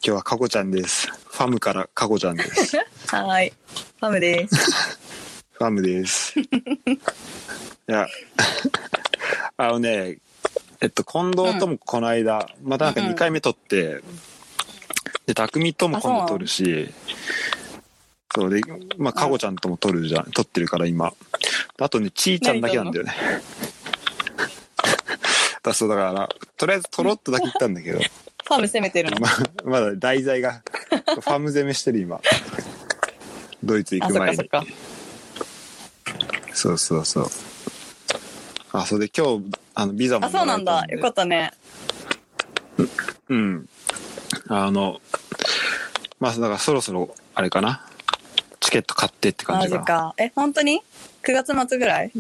今日はかこちゃんです。ファムからかこちゃんです。 はい、ファムです。 ファムです。いや、近藤ともこの間、またなんか2回目撮って、で、匠とも今度撮るし、そうで、まあ、かこちゃんとも撮ってるから今。あとね、ちーちゃんだけなんだよね。だからとりあえず撮ろうとだけ言ったんだけど。 ファム攻めてるの。 まだ題材がファム攻めしてる今。ドイツ行く前に。 そっか。 そう。それで今日ビザももらえたんで。 そうなんだ。よかったね。 うん。まあだからそろそろあれかな。チケット買ってって感じかな。 マジか。本当に？9月末ぐらい？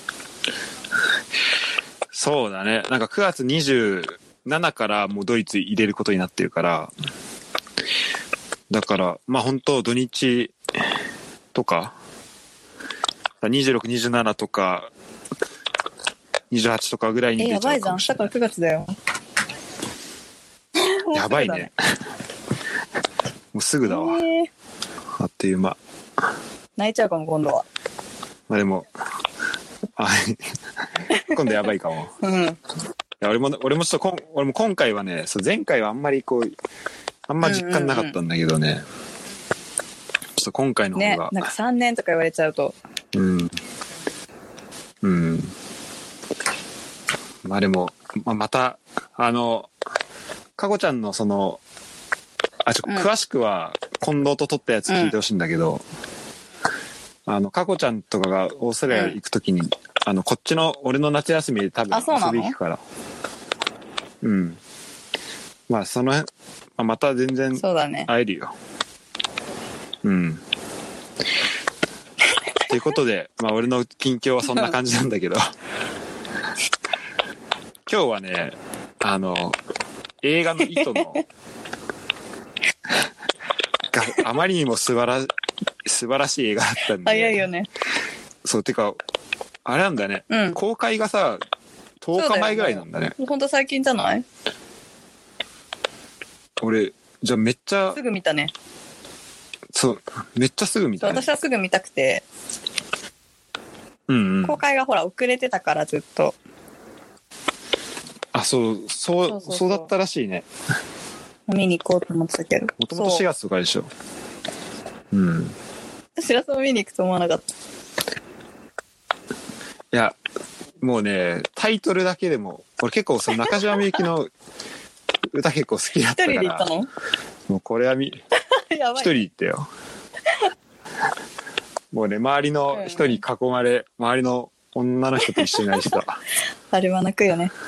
そうだね。なんか9月27からもうドイツ入れることになってるから、だからまあ本当土日とか26、27とか28とかぐらいに出ちゃうかもしれない。 やばいじゃん。明日から9月だよ。 やばいね。もうすぐだわ。あっという間。 泣いちゃうかも今度は。 まあでも今度やばいかも。 うん。いや俺もちょっと俺も今回はね、そう前回はあんまりあんま実感なかったんだけどね。ちょっと今回の方が。 ね、なんか3年とか言われちゃうと。 うん。まあでも、またかこちゃんの詳しくは近藤と撮ったやつ聞いてほしいんだけど、かこちゃんとかがオーストラリア行くときに、こっちの俺の夏休みで多分遊び行くから。うん。まあその辺、また全然会えるよ。うん。ということで、まあ俺の近況はそんな感じなんだけど今日はね、映画の糸のがあまりにも素晴らしい映画だったんで。 早いよね。 そう、てかあれなんだね、公開がさ10日前ぐらいなんだね。 ほんと最近じゃない？ 俺じゃあめっちゃすぐ見たね。 そうめっちゃすぐ見たね。 私はすぐ見たくて、公開がほら遅れてたからずっと。 そうだったらしいね。 見に行こうと思ってたけど。 もともと4月とかでしょ。 しらすも見に行くと思わなかった。 いやもうね、タイトルだけでも俺結構中島みゆきの歌結構好きだったから。 一人で行ったの？ もうこれはやばい。 一人行ったよ。もうね、周りの人に囲まれ、周りの女の人と一緒になりした。 あれは泣くよね。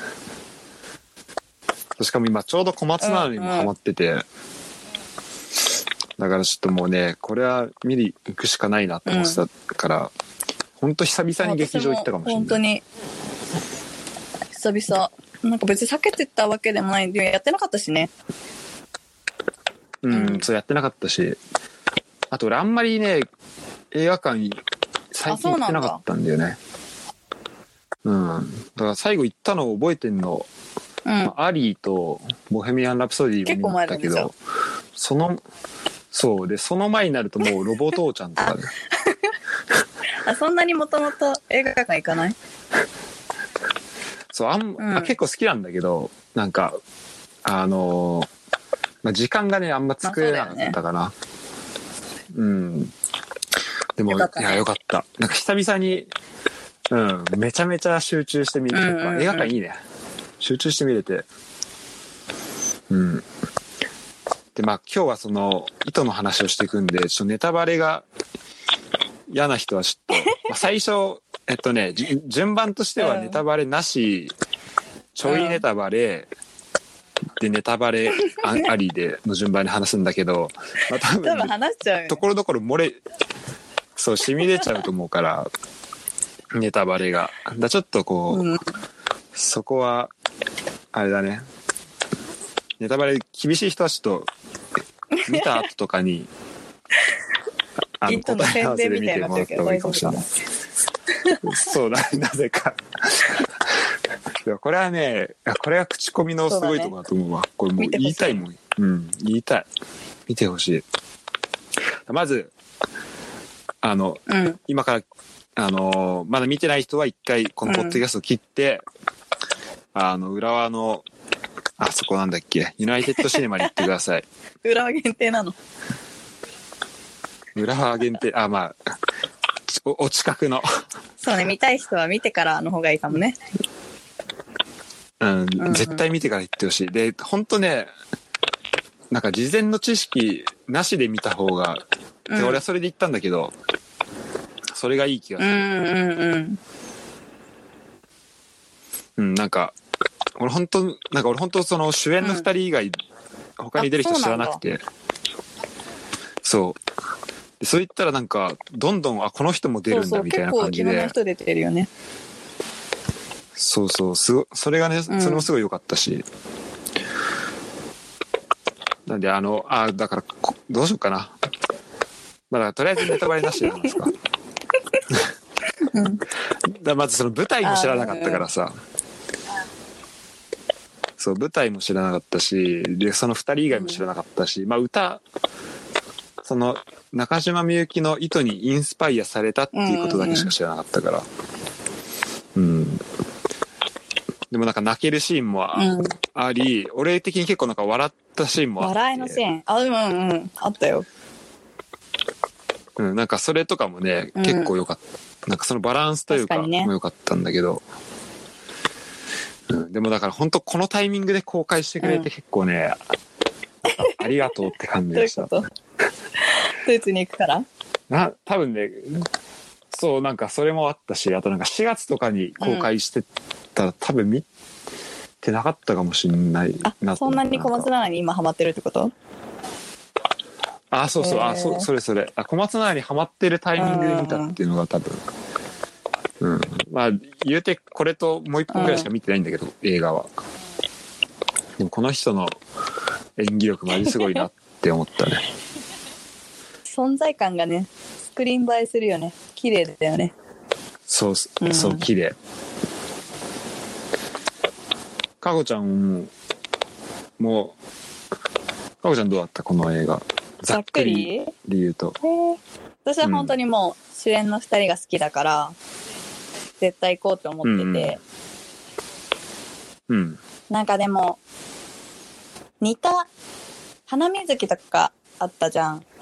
しかも今ちょうど小松菜奈にもハマってて、だからちょっともうね、これは見に行くしかないなって思ってたから、本当久々に劇場行ったかもしれない。 本当に久々。なんか別に避けてたわけでもないんで、やってなかったしね。 そうやってなかったし、あと俺あんまりね映画館最近行ってなかったんだよね。だから最後行ったのを覚えてんの、アリーとボヘミアン・ラプソディーも見たけど、その前になるともうロボ父ちゃんとかでそんなにもともと映画館行かない？ そう結構好きなんだけど、なんか時間がねあんま作れなかったかな。でもよかった。なんか久々にめちゃめちゃ集中して見れて、映画館いいね。集中して見れて。でまあ今日はその糸の話をしていくんで、ちょっとネタバレが嫌な人はちょっと、最初順番としてはネタバレなし、ちょいネタバレでネタバレありでの順番に話すんだけど、多分話しちゃうよね。 ところどころ染み出ちゃうと思うからネタバレがちょっとそこはあれだね。ネタバレ厳しい人はちょっと見た後とかに答え合わせで見てもらった方がいいかもしれない。そうだね、なぜかこれはね、これは口コミのすごいところだと思うわ。これもう言いたいもん。 言いたい。見てほしい。まず、今から、まだ見てない人は一回このポッドキャストを切って、浦和の、あそこなんだっけ、ユナイテッドシネマに行ってください。 浦和限定なの？ 浦和限定、まあ、お近くの。 そうね、見たい人は見てからの方がいいかもね。 絶対見てから行ってほしい。で、ほんとね、なんか事前の知識なしで見た方が、で俺はそれで行ったんだけど、それがいい気がする。なんか俺本当その主演の2人以外、他に出る人知らなくて、そう言ったらなんかどんどんこの人も出るんだみたいな感じで、 結構いろんな人出てるよね。 そうすごそれがね、それもすごい良かったし、なんでだからどうしようかな。まあ、だからとりあえずネタバレなしで話すか。まずその舞台も知らなかったからさ、そう舞台も知らなかったし、でその2人以外も知らなかったし、まあその中島みゆきの糸にインスパイアされたっていうことだけしか知らなかったから、でもなんか泣けるシーンもあり、俺的に結構なんか笑ったシーンもあって、 笑いのシーンあったよ。 なんかそれとかもね、結構良かった。なんかそのバランスというかも良かったんだけど、でもだから本当このタイミングで公開してくれて結構ね、ありがとうって感じでした。 どういうこと？ドイツに行くから？ 多分ね、そうなんかそれもあったし、あとなんか4月とかに公開してたら、多分見てなかったかもしれないなと。 そんなに小松菜奈に今ハマってるってこと？ そうそれ小松菜奈にハマってるタイミングで見たっていうのが多分、まあ言うてこれともう一本ぐらいしか見てないんだけど、映画は。でもこの人の演技力マジすごいなって思ったね。 存在感がね、スクリーン映えするよね。綺麗だよね。 そう綺麗。かごちゃんもかごちゃんどうだったこの映画？ざっくり理由と。 私は本当にもう主演の2人が好きだから、絶対行こうと思ってて、なんかでも似た花水木とかあったじゃん。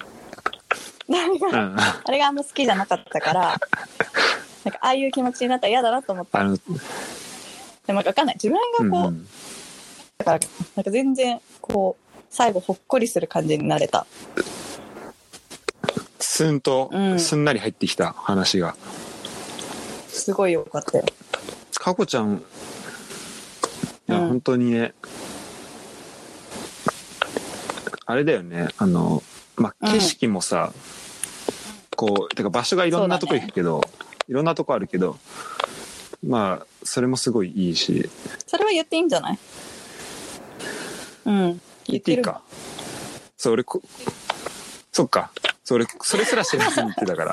あれがあんま好きじゃなかったから、なんかああいう気持ちになったら嫌だなと思った。でもなんか分かんない、自分がこう、だからなんか全然こう最後ほっこりする感じになれた。 スンとすんなり入ってきた話が、 すごい良かったよ。 かこちゃん、いや本当にね、あれだよね、まあ、景色もさ、こうてか場所がいろんなとこ行くけど、いろんなとこあるけど、まあそれもすごいいいし。 それは言っていいんじゃない？ 言っていいか。そっか、それすら知らずに言ってたから。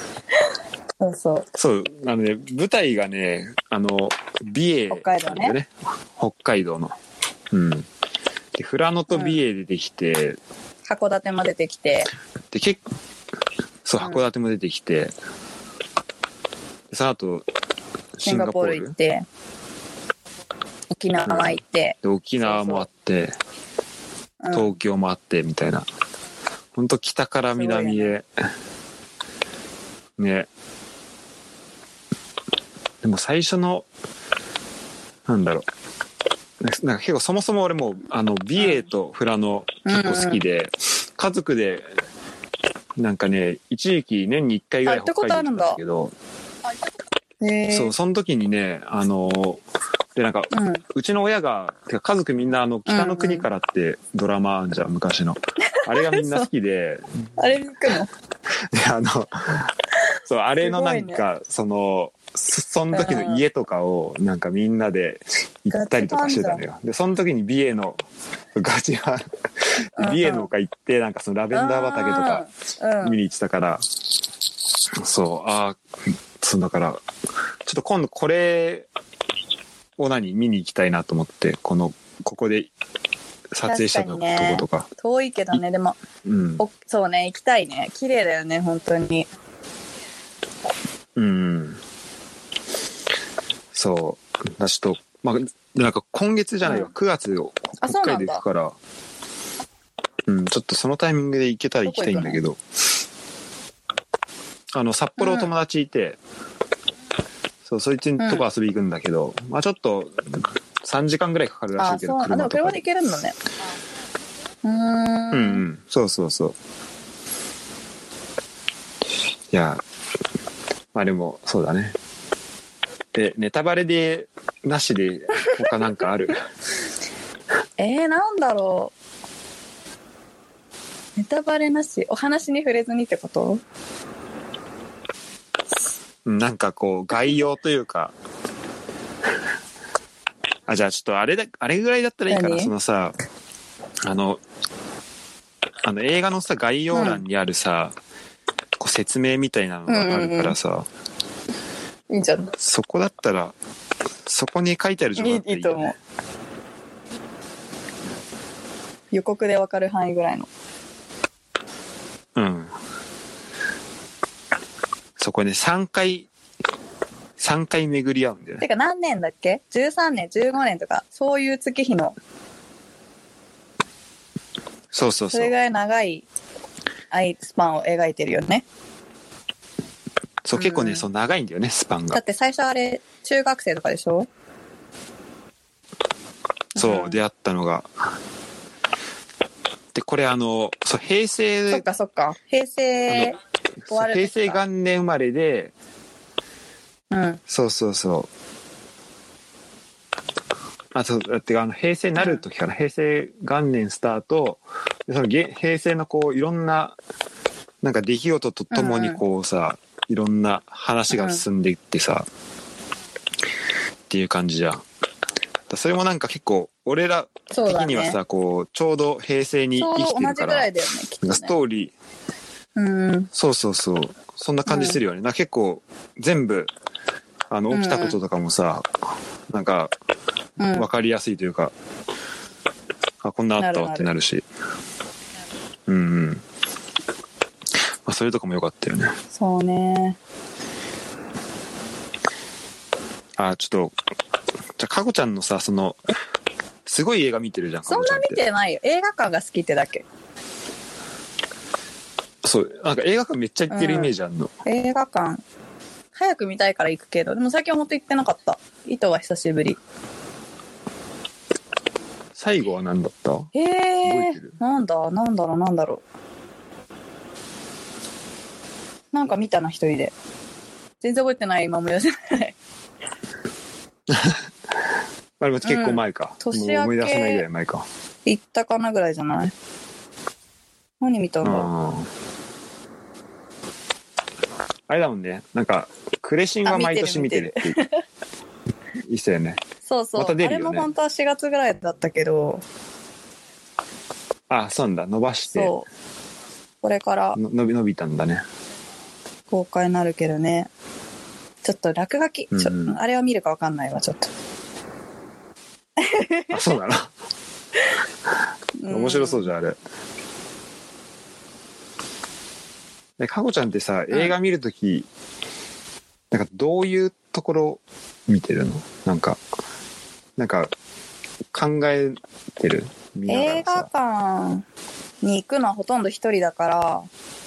そうね、舞台がね、美瑛なんだよね。北海道の。で富良野と美瑛出てきて、 函館も出てきて、 で函館も出てきて、その後シンガポール行って、沖縄行って、 で沖縄もあって、東京もあってみたいな、ほんと北から南へね。でも最初のなんだろう、なんか結構そもそも俺も美瑛と富良野結構好きで、家族でなんかね一時期年に1回ぐらい北海道行ったんだけど、その時にねでなんか、うちの親がてか家族みんな北の国からってドラマあんじゃん、昔のあれがみんな好きであれに行くの？ であれのなんか、その時の家とかをなんかみんなで行ったりとかしてたのよ。でその時に美瑛のガチは美瑛の丘行って、なんかそのラベンダー畑とか見に行ってたから、だからちょっと今度これを見に行きたいなと思って、ここで撮影したとことか。 遠いけどね、でも、 うん、 そうね、行きたいね。綺麗だよね、本当に。 うん。そう。だしと、まあ、なんか今月じゃないわ、9月を北海道行くから、ちょっとそのタイミングで行けたら行きたいんだけど、札幌友達いて、そう、そいつのとこ遊び行くんだけど、まあちょっと、3時間ぐらいかかるらしいけど、 でも車で行けるんだね。 そうそうそう。いや、まあでも、そうだね。で、ネタバレで、なしで、他なんかあるなんだろう。ネタバレなし、お話に触れずにってこと？ なんかこう、概要というか、じゃあちょっとあれぐらいだったらいいかな、そのさ、映画のさ、概要欄にあるさ、こう説明みたいなのがあるからさ、 いいじゃん。 そこだったら、そこに書いてある情報だったらいいと思う。予告でわかる範囲ぐらいの。 そこね、3回巡り合うんだよね。 てか何年だっけ ?13 年、15年とか、そういう月日の。 そう。それぐらい長いスパンを描いてるよね。 そう、結構ね、そう長いんだよね、スパンが。 だって最初あれ、中学生とかでしょ？ そう、出会ったのが。で、これそう、平成。 そっか。平成終わる。 平成元年生まれで、そう。だって平成になる時から、平成元年スタート、でその平成のこう、いろんな、なんか出来事とともにこうさ、いろんな話が進んでいってさ、っていう感じじゃん。それもなんか結構、俺ら的にはさ、こう、ちょうど平成に生きてるから、 同じぐらいだよね、きっとね。 ストーリー、そう。そんな感じするよね。結構、全部、起きたこととかもさ、なんか、わかりやすいというか、こんなあったわってなるし。まあ、そういうとこも良かったよね。 そうね。 ちょっと、じゃあ、かこちゃんのさ、すごい映画見てるじゃん、 そんな見てないよ。映画館が好きってだけ。 そう、なんか映画館めっちゃ行ってるイメージあるの。 映画館。早く見たいから行くけど、でも最近はほんと行ってなかった。糸は久しぶり。 最後は何だった？覚えてる？なんだろう。なんか見たな、一人で。全然覚えてない、今思い出せない。 あれも結構前か。 年明け思い出せないぐらい前か。 行ったかなぐらいじゃない？何見たんだろう。 あれだもんね。なんか、クレシンは毎年見てるって言ってたよね。 そう。 また出るよね。 あれも本当は4月ぐらいだったけど。 そうなんだ。伸ばして。 そう。これから。 伸びたんだね。 公開になるけどね。ちょっと落書き。あれは見るか分かんないわ、ちょっと。 そうだな。面白そうじゃん、あれ。かこちゃんってさ、映画見るとき、なんかどういうところ見てるの？なんか考えてる？ 映画館に行くのはほとんど一人だから、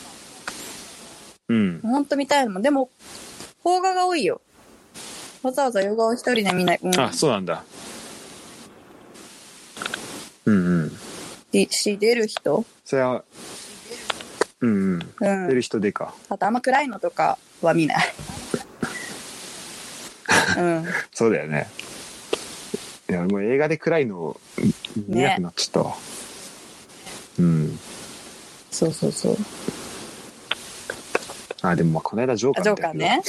ほんと見たいのも、でも、邦画が多いよ。わざわざ洋画を一人で見ない。 そうなんだ。 出る人？ それは、出る人でか。 あとあんま暗いのとかは見ない。 そうだよね。いや、もう映画で暗いの見なくなっちゃったわ。 そう。 でもこの間ジョーカージョーカーね。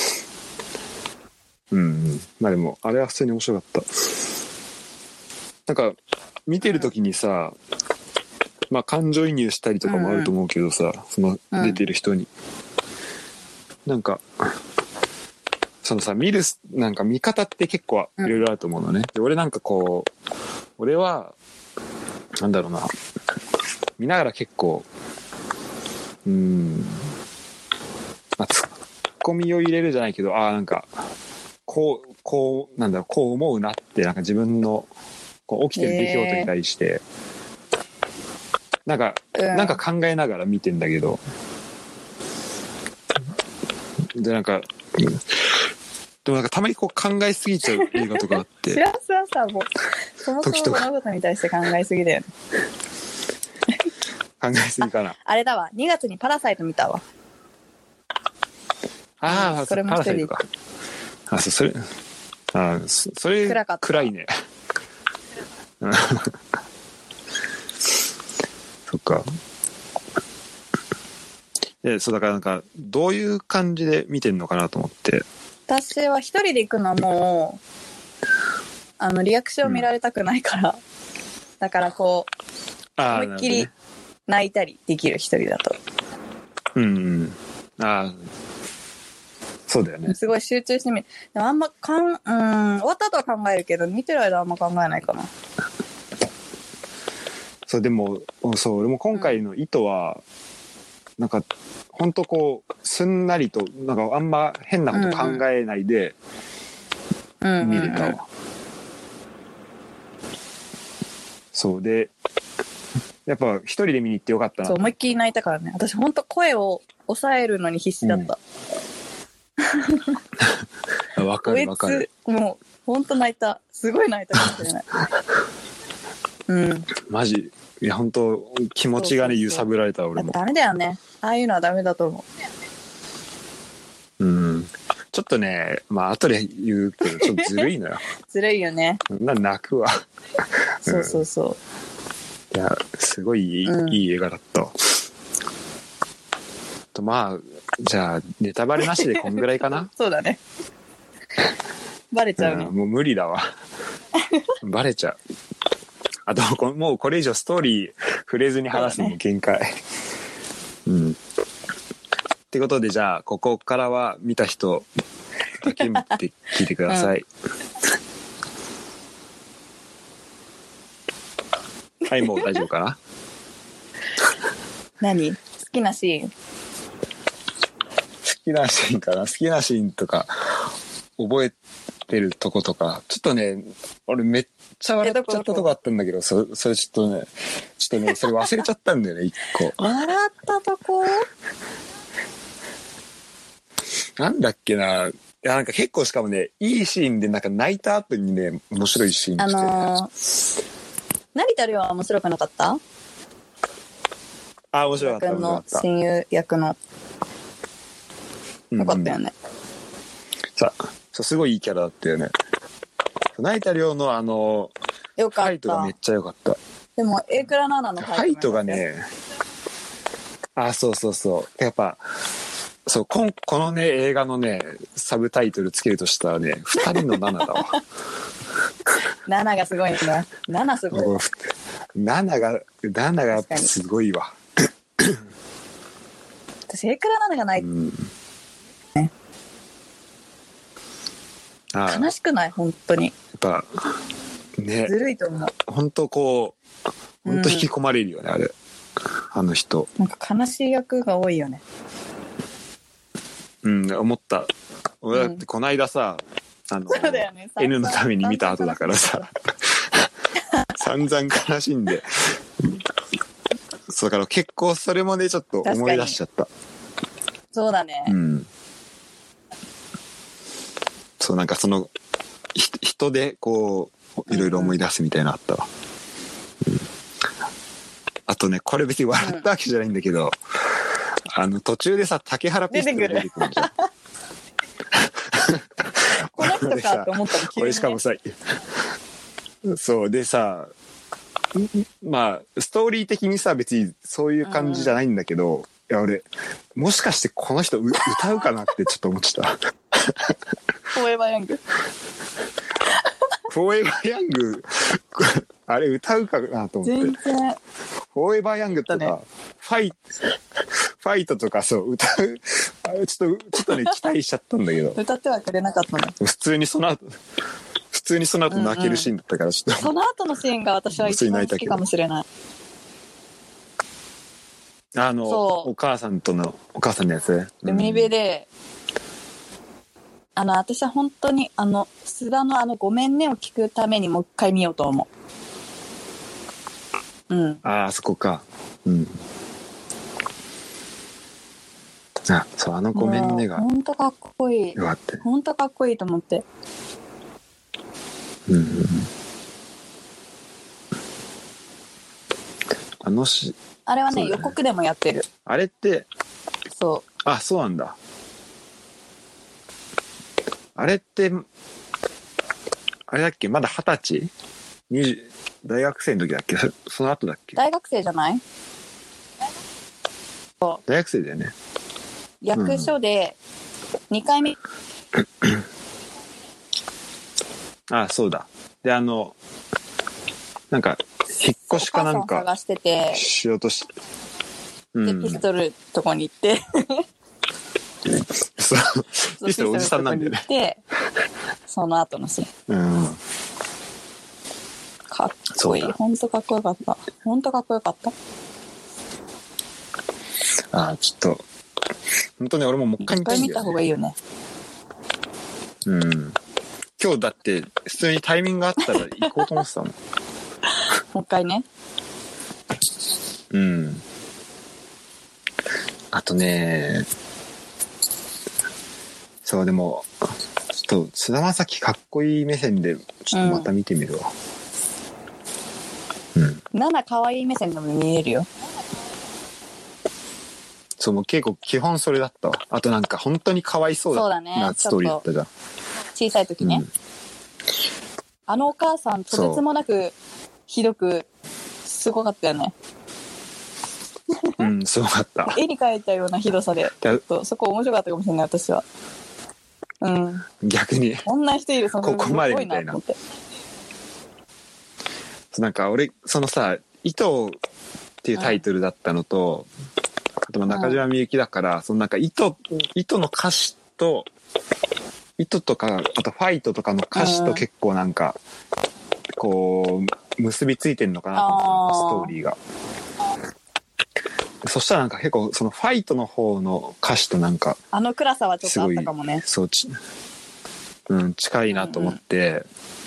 まあでもあれは普通に面白かった。なんか見てる時にさ、まあ感情移入したりとかもあると思うけどさ、その出てる人に、なんかそのさ、なんか見方って結構いろいろあると思うのね。で、俺なんかこう、俺はなんだろうな、見ながら結構まあ、ツッコミを入れるじゃないけど、なんかこうなんだろう、こう思うなって、なんか自分のこう起きてる出来事に対して、なんか考えながら見てんだけど、でなんか、でもなんかたまにこう考えすぎちゃう映画とかあって。 しらすはさ、もうそもそも物事に対して考えすぎだよね。 考えすぎかな。 あれだわ、2月にパラサイト見たわ。 それも一人で。それ暗いね。そっか。そうだからなんかどういう感じで見てんのかなと思って。 私は一人で行くのはもうリアクション見られたくないから、だからこう思いっきり泣いたりできる、一人だと。 そうだよね。 すごい集中してみる。でもあんま終わった後は考えるけど、見てる間はあんま考えないかな。 そうでも俺も今回の意図は、なんかほんとこうすんなりと、なんかあんま変なこと考えないで見れたわ。そうで、やっぱ一人で見に行ってよかったな。 そう、思いっきり泣いたからね。私ほんと声を抑えるのに必死だった。 わかるわかる。 もうほんと泣いた。すごい泣いたかもしれない。 マジ、いや本当気持ちがね揺さぶられた。俺もダメだよね、ああいうのはダメだと思う。ちょっとね、まあ後で言うけどちょっとずるいのよ。 ずるいよね。 泣くわ。 そうそうそう。 いやすごいいい映画だった。とまあじゃあネタバレなしでこんぐらいかな。 そうだね。バレちゃうね。 もう無理だわ。バレちゃう。あともうこれ以上ストーリー触れずに話すのも限界。ってことで、じゃあここからは見た人だけ見て聞いてください。はい、もう大丈夫かな。 何？好きなシーン？ 好きなシーンかな。好きなシーンとか覚えてるとことか、ちょっとね、俺めっちゃ笑っちゃったとこあったんだけど、それちょっとねそれ忘れちゃったんだよね、一個。 笑ったとこ？ なんだっけな。いやなんか結構しかもね、いいシーンでなんか泣いた後にね、面白いシーン来て、 成田凌は面白くなかった？ 面白かった。 君の親友役のよかったよね。 すごいいいキャラだったよね。成田凌のよかった。 ファイトがめっちゃ良かった。 でも榮倉奈々のファイトがね、そうやっぱそうこのね映画のねサブタイトルつけるとしたらね、2人のナナだわ。 ナナがすごいね。ナナすごい。 ナナがやっぱすごいわ。 私榮倉奈々がない、ね、悲しくない？本当に。やっぱね、ずるいと思う。 本当こう本当引き込まれるよね、あれ。あの人。 なんか悲しい役が多いよね。 思った。俺だってこの間さ、 そうだよね、 N のために見た後だからさ、散々悲しんで。そうだから結構それもねちょっと思い出しちゃった。 そうだね。 そうなんかその人でこういろいろ思い出すみたいなのあったわ。あとね、これ別に笑ったわけじゃないんだけど、途中でさ竹原ピストル出てくるじゃん。 この人かと思ったら急に、ね、 これしかもさ、そうでさ、まあストーリー的にさ別にそういう感じじゃないんだけど、いや俺もしかしてこの人歌うかなってちょっと思っちゃった。 フォーエバーヤング。 フォーエバーヤングあれ歌うかなと思って。 全然。 フォーエバーヤングとか、ね、ファイトとかそう歌う、あれちょっとね期待しちゃったんだけど。 歌ってはくれなかったの。 普通にその後通にその後泣けるシーンだったからちょっと、 その後のシーンが私は一番好きかもしれない。 お母さんのやつ。 海辺で、私は本当に須田のごめんねを聞くためにもう一回見ようと思う。うん。 あそこか。うん。そう、ごめんねが。 本当かっこいい。 よかった。 本当かっこいいと思って。 うん。あれはね、予告でもやってる。 あれって、 そう。 あ、そうなんだ。あれって、あれだっけ、まだ20歳大学生の時だっけ、その後だっけ。 大学生じゃない？ 大学生だよね。 役所で2回目、 あ、そうだ。で、なんか、引っ越しかなんか、 探してて、 しようとして、 で、ピストルとこに行って、 そう、ピストルおじさんなんだよね。 で、その後のシーン。かっこいい。ほんとかっこよかった。ほんとかっこよかった。 ちょっと、本当ね、俺ももう一回見たいんだよね。 見た方がいいよね。 今日だって、普通にタイミングがあったら行こうと思ってたもん。 もう一回ね。 あとね、そう、でも、ちょっと、菅田将暉かっこいい目線で、ちょっとまた見てみるわ。 ナナ可愛い目線でも見えるよ。 そう、もう結構基本それだったわ。あとなんか本当にかわいそうだなストーリーだったじゃん。 小さい時ね。お母さん、とてつもなくひどく、すごかったよね。 すごかった。 絵に描いたようなひどさで、ちょっとそこ面白かったかもしれない、私は。 逆に。 こんな人いる、 ここまでみたいな。なんか俺、そのさ、糸っていうタイトルだったのと、あと中島みゆきだから、そのなんか糸の歌詞と、糸とか、あとファイトとかの歌詞と結構なんか、こう、結びついてんのかなと思った、ストーリーが。そしたらなんか結構そのファイトの方の歌詞となんか、 暗さはちょっとあったかもね。 そう、近いなと思って、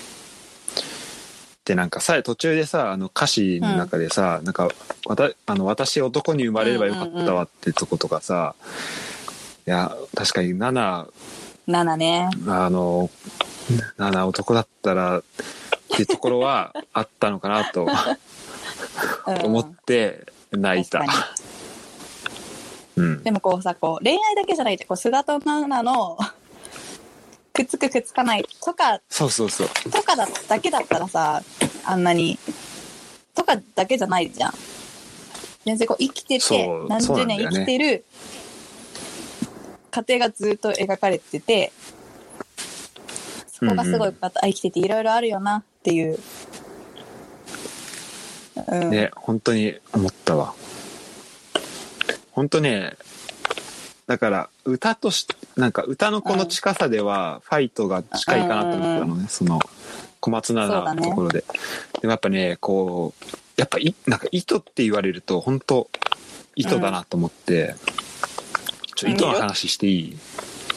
でなんか途中でさ歌詞の中でさ、なんか私男に生まれればよかったわってとことかさ、いや確かに7ね、7男だったらっていうところはあったのかなと思って泣いた。 でもこうさ、こう恋愛だけじゃないって、こう菅とナナのくっつくくっつかないとか、 そうとかだけだったらさ、あんなにとかだけじゃないじゃん。全然こう生きてて何十年生きてる過程がずっと描かれてて、そこがすごい生きてていろいろあるよなっていう。 ね、本当に思ったわ。本当ね、だから歌としてなんか歌のこの近さではファイトが近いかなと思ったのね、その小松菜奈のところで。でもやっぱね、こうやっぱなんか糸って言われると本当糸だなと思って、糸の話していい？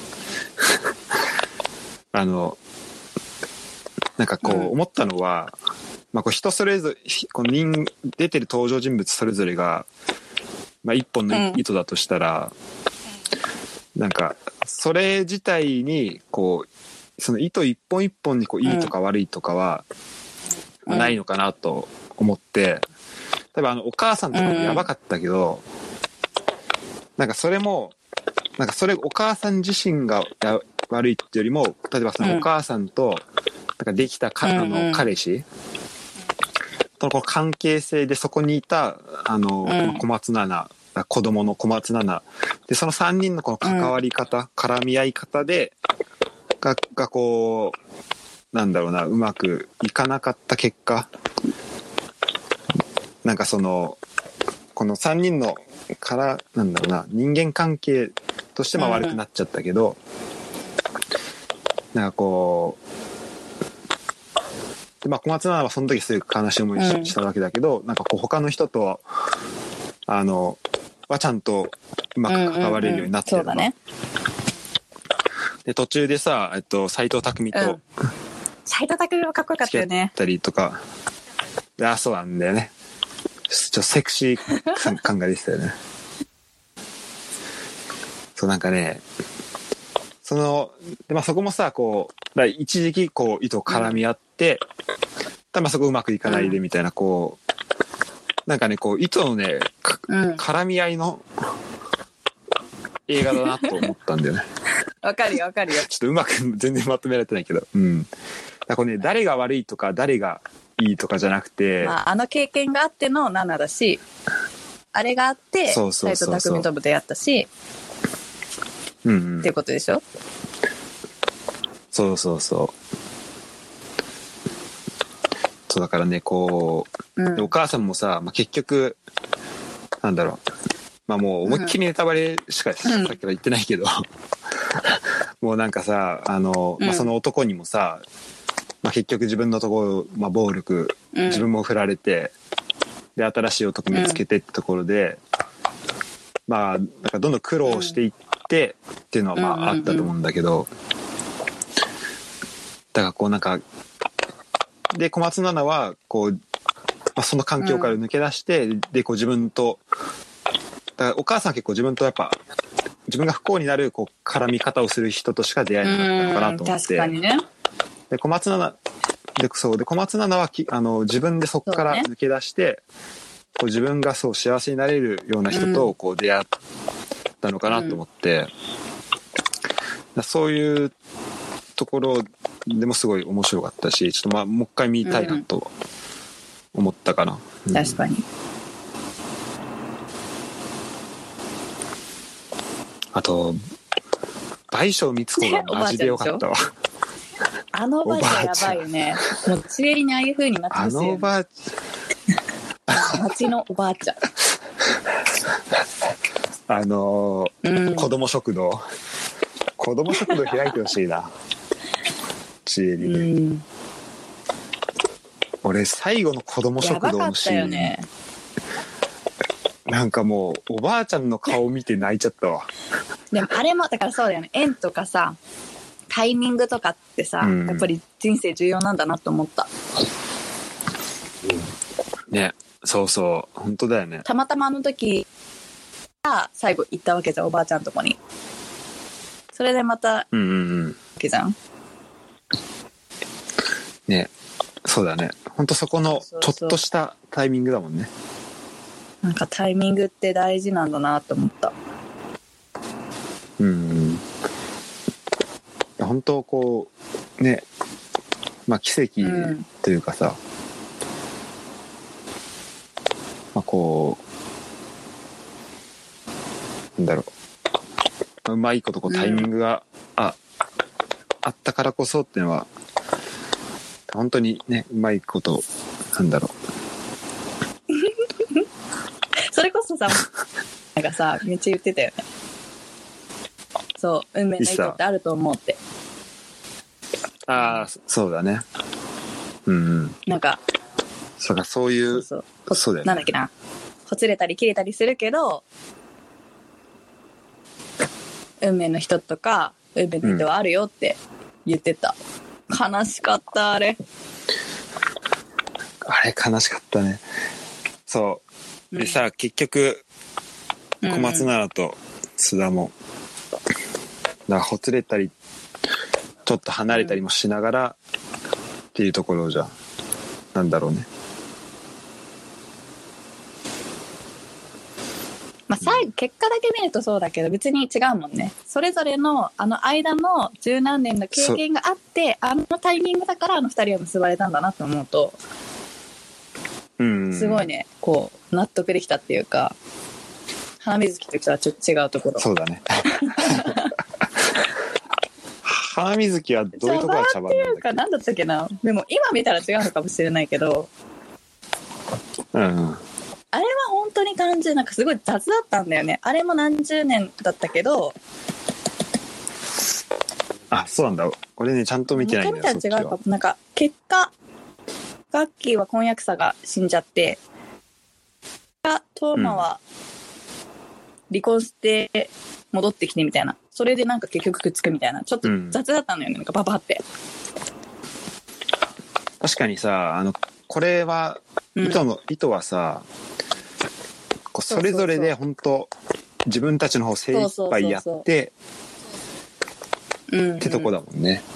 なんかこう思ったのは、まあこう人それぞれこの出てる登場人物それぞれが、まあ、一本の糸だとしたら、なんかそれ自体にこうその糸一本一本にこういいとか悪いとかはないのかなと思って、例えばお母さんとかもやばかったけど、なんかそれもなんかそれお母さん自身が悪いっていうよりも、例えばそのお母さんとなんかできた彼氏とのこの関係性で、そこにいた小松菜奈、子供の小松菜奈で、その3人のこの関わり方、絡み合い方でがこうなんだろうな、うまくいかなかった結果、なんかそのこの3人のからなんだろうな、人間関係としても悪くなっちゃったけど、なんかこで、まあ、小松菜奈はその時すごく悲しい思いしたわけだけど、なんかこう他の人とはちゃんとうまく関われるようになってるのが、 そうだね。 で途中でさ斎藤工と斎藤工もかっこよかったよね。 付き合ったりとか、そうなんだよね。ちょっとセクシー感が出てたよね。そうなんかね、でまあ、そこもさこう一時期こう糸絡み合って、まあそこうまくいかないでみたいな、こうなんかねこう糸のね絡み合いの映画だなと思ったんだよね。 わかるよわかるよ。 ちょっとうまく全然まとめられてないけど、だからね誰が悪いとか誰がいいとかじゃなくて、 まあ、経験があっての7だし、あれがあって斎藤工とも出会ったし、っていうことでしょ。 そうだからねこう、お母さんもさ、まあ、結局なんだろう、まあもう思いっきりネタバレしかさっきから言ってないけど、もうなんかさまあ、その男にもさ、まあ、結局自分のところ、まあ、暴力、自分も振られてで新しい男見つけてってところで、まあなんかどんどん苦労していってっていうのはまああったと思うんだけど、だからこうなんかで小松菜奈はこう、まあ、その環境から抜け出して、でこう自分とだからお母さんは結構自分とやっぱ自分が不幸になるこう絡み方をする人としか出会えなかったのかなと思って、 確かにね。 で小松菜奈は自分でそこから抜け出して、こう自分がそう幸せになれるような人とこう出会ったのかなと思って、そういうところでもすごい面白かったし、ちょっとまあもう一回見たいなと思ったかな。 確かに。 あと倍賞美津子がマジでよかったわ。 あのおばあちゃんやばいよね。もうつえりにああいう風になってますよ、ね。 おばあちゃん。町のおばあちゃん。 子供食堂開いてほしいな。ちえりで。俺最後の子供食堂のシーン、 よね、 なんかもうおばあちゃんの顔見て泣いちゃったわ。 でもあれもだからそうだよね。縁とかさタイミングとかってさ、やっぱり人生重要なんだなと思った。 ね、そう本当だよね。 たまたまあの時が最後行ったわけじゃん、おばあちゃんとこに。それでまたわけじゃん。 ね、そうだね。本当そこのちょっとしたタイミングだもんね。 なんかタイミングって大事なんだなと思った。 本当こうね、まあ奇跡というかさ、まあこうなんだろう、うまいことこうタイミングが、あったからこそっていうのは本当にね、うまいことなんだろう。 それこそさ、なんかさめっちゃ言ってたよね。そう運命の糸ってあると思うって。 ああそうだね。 なんかそういうそうだよね。 なんだっけな、ほつれたり切れたりするけど運命の人とか運命の糸はあるよって言ってた。悲しかったあれ悲しかったね。そうでさ、結局小松菜奈と須田もだほつれたりちょっと離れたりもしながらっていうところじゃなんだろうね。 まあ最後結果だけ見るとそうだけど別に違うもんね。それぞれの間の十何年の経験があってあのタイミングだからあの二人は結ばれたんだなと思うと、すごいねこう納得できたっていうか、花水木とはちょっと違うところ。 そうだね。花水木はどういうところが茶番なんだっけ。 なんだったっけな。でも今見たら違うのかもしれないけど、あれは本当に単純なんかすごい雑だったんだよね。あれも何十年だったけど。 あ、そうなんだ。俺ねちゃんと見てないんだよ。 見たら違うかも。なんか結果ガッキーは婚約者が死んじゃって、トーマは離婚して戻ってきてみたいな。それでなんか結局くっつくみたいな。ちょっと雑だったのよね、なんかババって。 確かにさ、これは、意図はさ、こうそれぞれで本当自分たちの方精一杯やって、ってとこだもんね。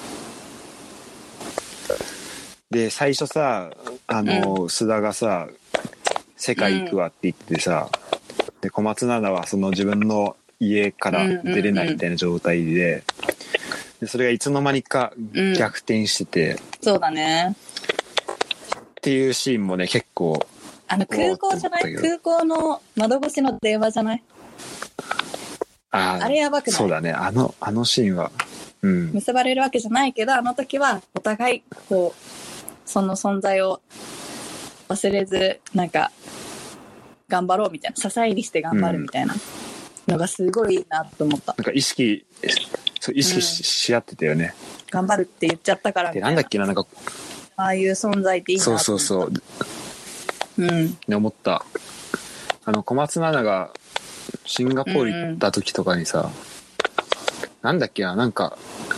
で、最初さ、須田がさ、世界行くわって言ってさ、で、小松菜奈はその自分の家から出れないみたいな状態で、でそれがいつの間にか逆転してて、 そうだね。 っていうシーンもね、結構。 空港じゃない？空港の窓越しの電話じゃない？あれやばくない？ そうだね。あのシーンは。うん。 結ばれるわけじゃないけど、あの時はお互い、こう、その存在を忘れず、なんか、頑張ろうみたいな。支えにして頑張るみたいなのがすごいいいなと思った。 なんか意識し合ってたよね。 頑張るって言っちゃったからみたいな。 で、なんだっけな、なんか、 ああいう存在っていいなと思った。 そう。 うん。 ね、思った。小松菜奈がシンガポール行った時とかにさ、なんだっけな、なんか、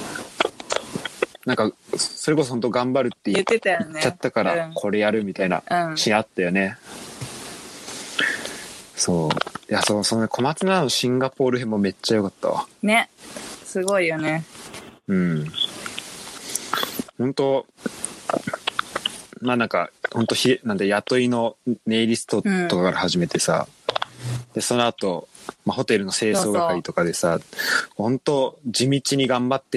それこそ本当頑張るって言っちゃったから、これやるみたいなシーンあったよね。そう。いや、その小松菜奈のシンガポール編もめっちゃ良かったわ。 ね。すごいよね。 うん。本当まあなんか、本当なんで雇いのネイリストとかから始めてさ、で、その後、まあホテルの清掃係とかでさ、本当地道に頑張ってって、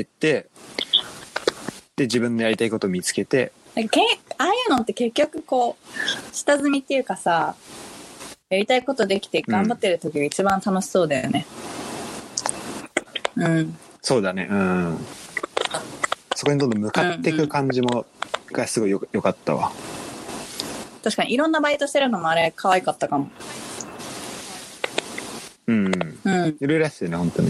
で、自分のやりたいことを見つけて、 ああいうのって結局こう、下積みっていうかさ、やりたいことできて頑張ってる時が一番楽しそうだよね。うん。 そうだね、うん。そこにどんどん向かっていく感じも、がすごいよかったわ。 確かにいろんなバイトしてるのもあれ可愛かったかも。 うん。いろいろやってたよね、本当に。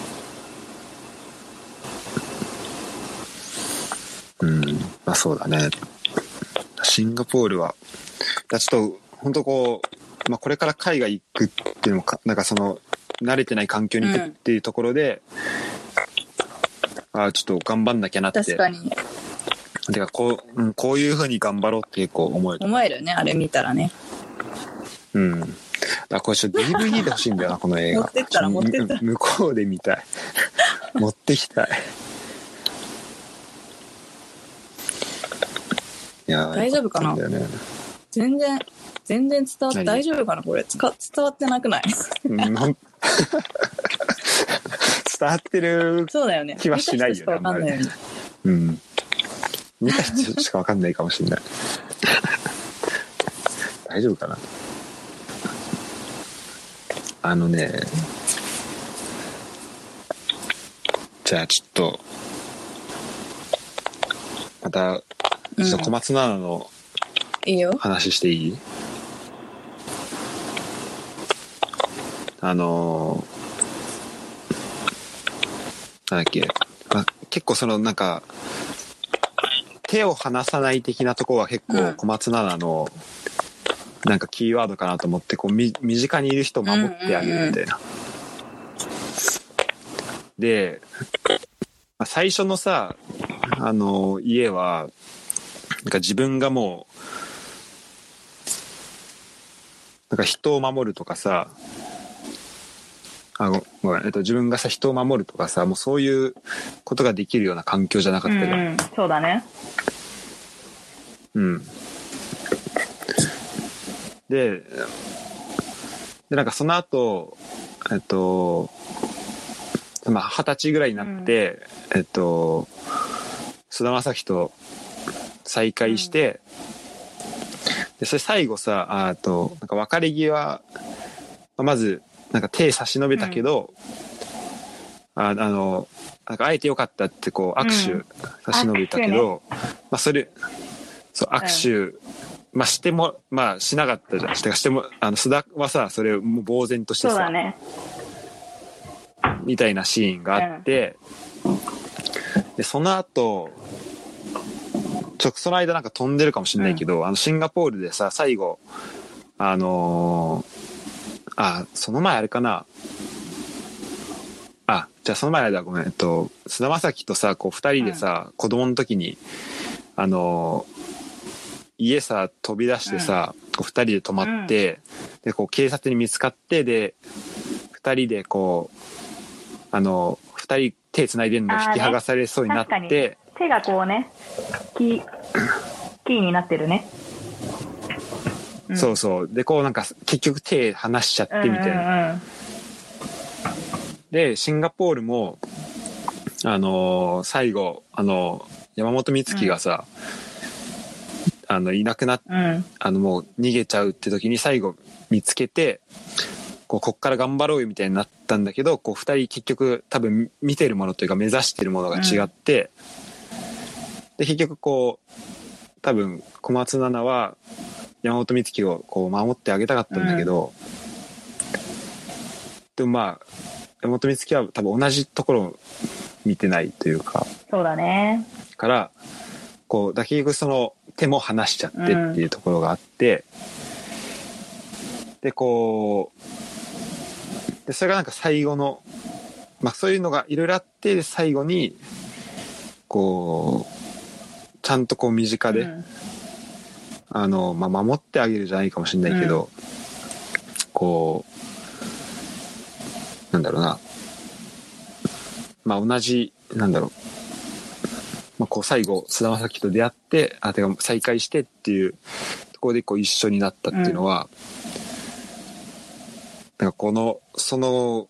まあそうだね。シンガポールは、ちょっと、本当こう、まあこれから海外行くっていうのもなんかその、慣れてない環境に行くっていうところで、ちょっと頑張んなきゃなって。 確かに。 てかこういう風に頑張ろうって結構思えるよね、あれ見たらね。 うん。これちょっと DVD で欲しいんだよな、この映画。 持ってったら向こうで見たい。持ってきたい。いや大丈夫かな、 ね、 全然伝わって大丈夫かなこれ。伝わってなくない伝わってる気はしないよね。 わかんないよね。 うん。見た人しかわかんないかもしれない。大丈夫かな。じゃあちょっとまたちょっと小松菜奈の話していい？なんだっけ、結構そのなんか手を離さない的なところは結構小松菜奈のなんかキーワードかなと思って、こう身近にいる人を守ってあげるみたいな。で、最初のさ、家はなんか自分がもうなんか人を守るとかさ、自分がさ人を守るとかさ、もうそういうことができるような環境じゃなかったじゃん。 そうだね。 うん。でなんかその後まあ20歳ぐらいになって、菅田将暉と再会して、でそれ最後さなんか別れ際まずなんか手差し伸べたけど、なんか会えてよかったってこう握手差し伸べたけど、まあそれそう握手、まあしてもまあしなかったじゃん。しても須田はさそれをもう呆然としてさ、 そうだね、 みたいなシーンがあって、でその後その間なんか飛んでるかもしれないけど、シンガポールでさ、最後、その前あれかな。じゃあその前だ、ごめん。菅田将暉とさ、こう二人でさ、子供の時に、家さ、飛び出してさ、こう二人で泊まって、で、こう警察に見つかって、で、二人でこう、二人手繋いでんの引き剥がされそうになって、 手がこうね、キーになってるね。 そうそう。で、こうなんか結局手離しちゃってみたいな。で、シンガポールも、最後、山本美月がさ、いなくなっ、もう逃げちゃうって時に最後見つけて、こっから頑張ろうよみたいになったんだけど、こう二人結局多分見てるものというか目指してるものが違って、で、結局こう、多分小松菜奈は山本美月をこう守ってあげたかったんだけど、でもまあ、山本美月は多分同じところを見てないというか。 そうだね。 から、こう、結局その手も離しちゃってっていうところがあって、で、こう、で、それがなんか最後の、まあそういうのがいろいろあって、最後に、こう、ちゃんとこう身近で、まあ守ってあげるじゃないかもしれないけど、こう、なんだろうな。まあ同じ、なんだろう。まあこう最後、菅田将暉と出会って、てか再会してっていうところでこう一緒になったっていうのは、なんかその、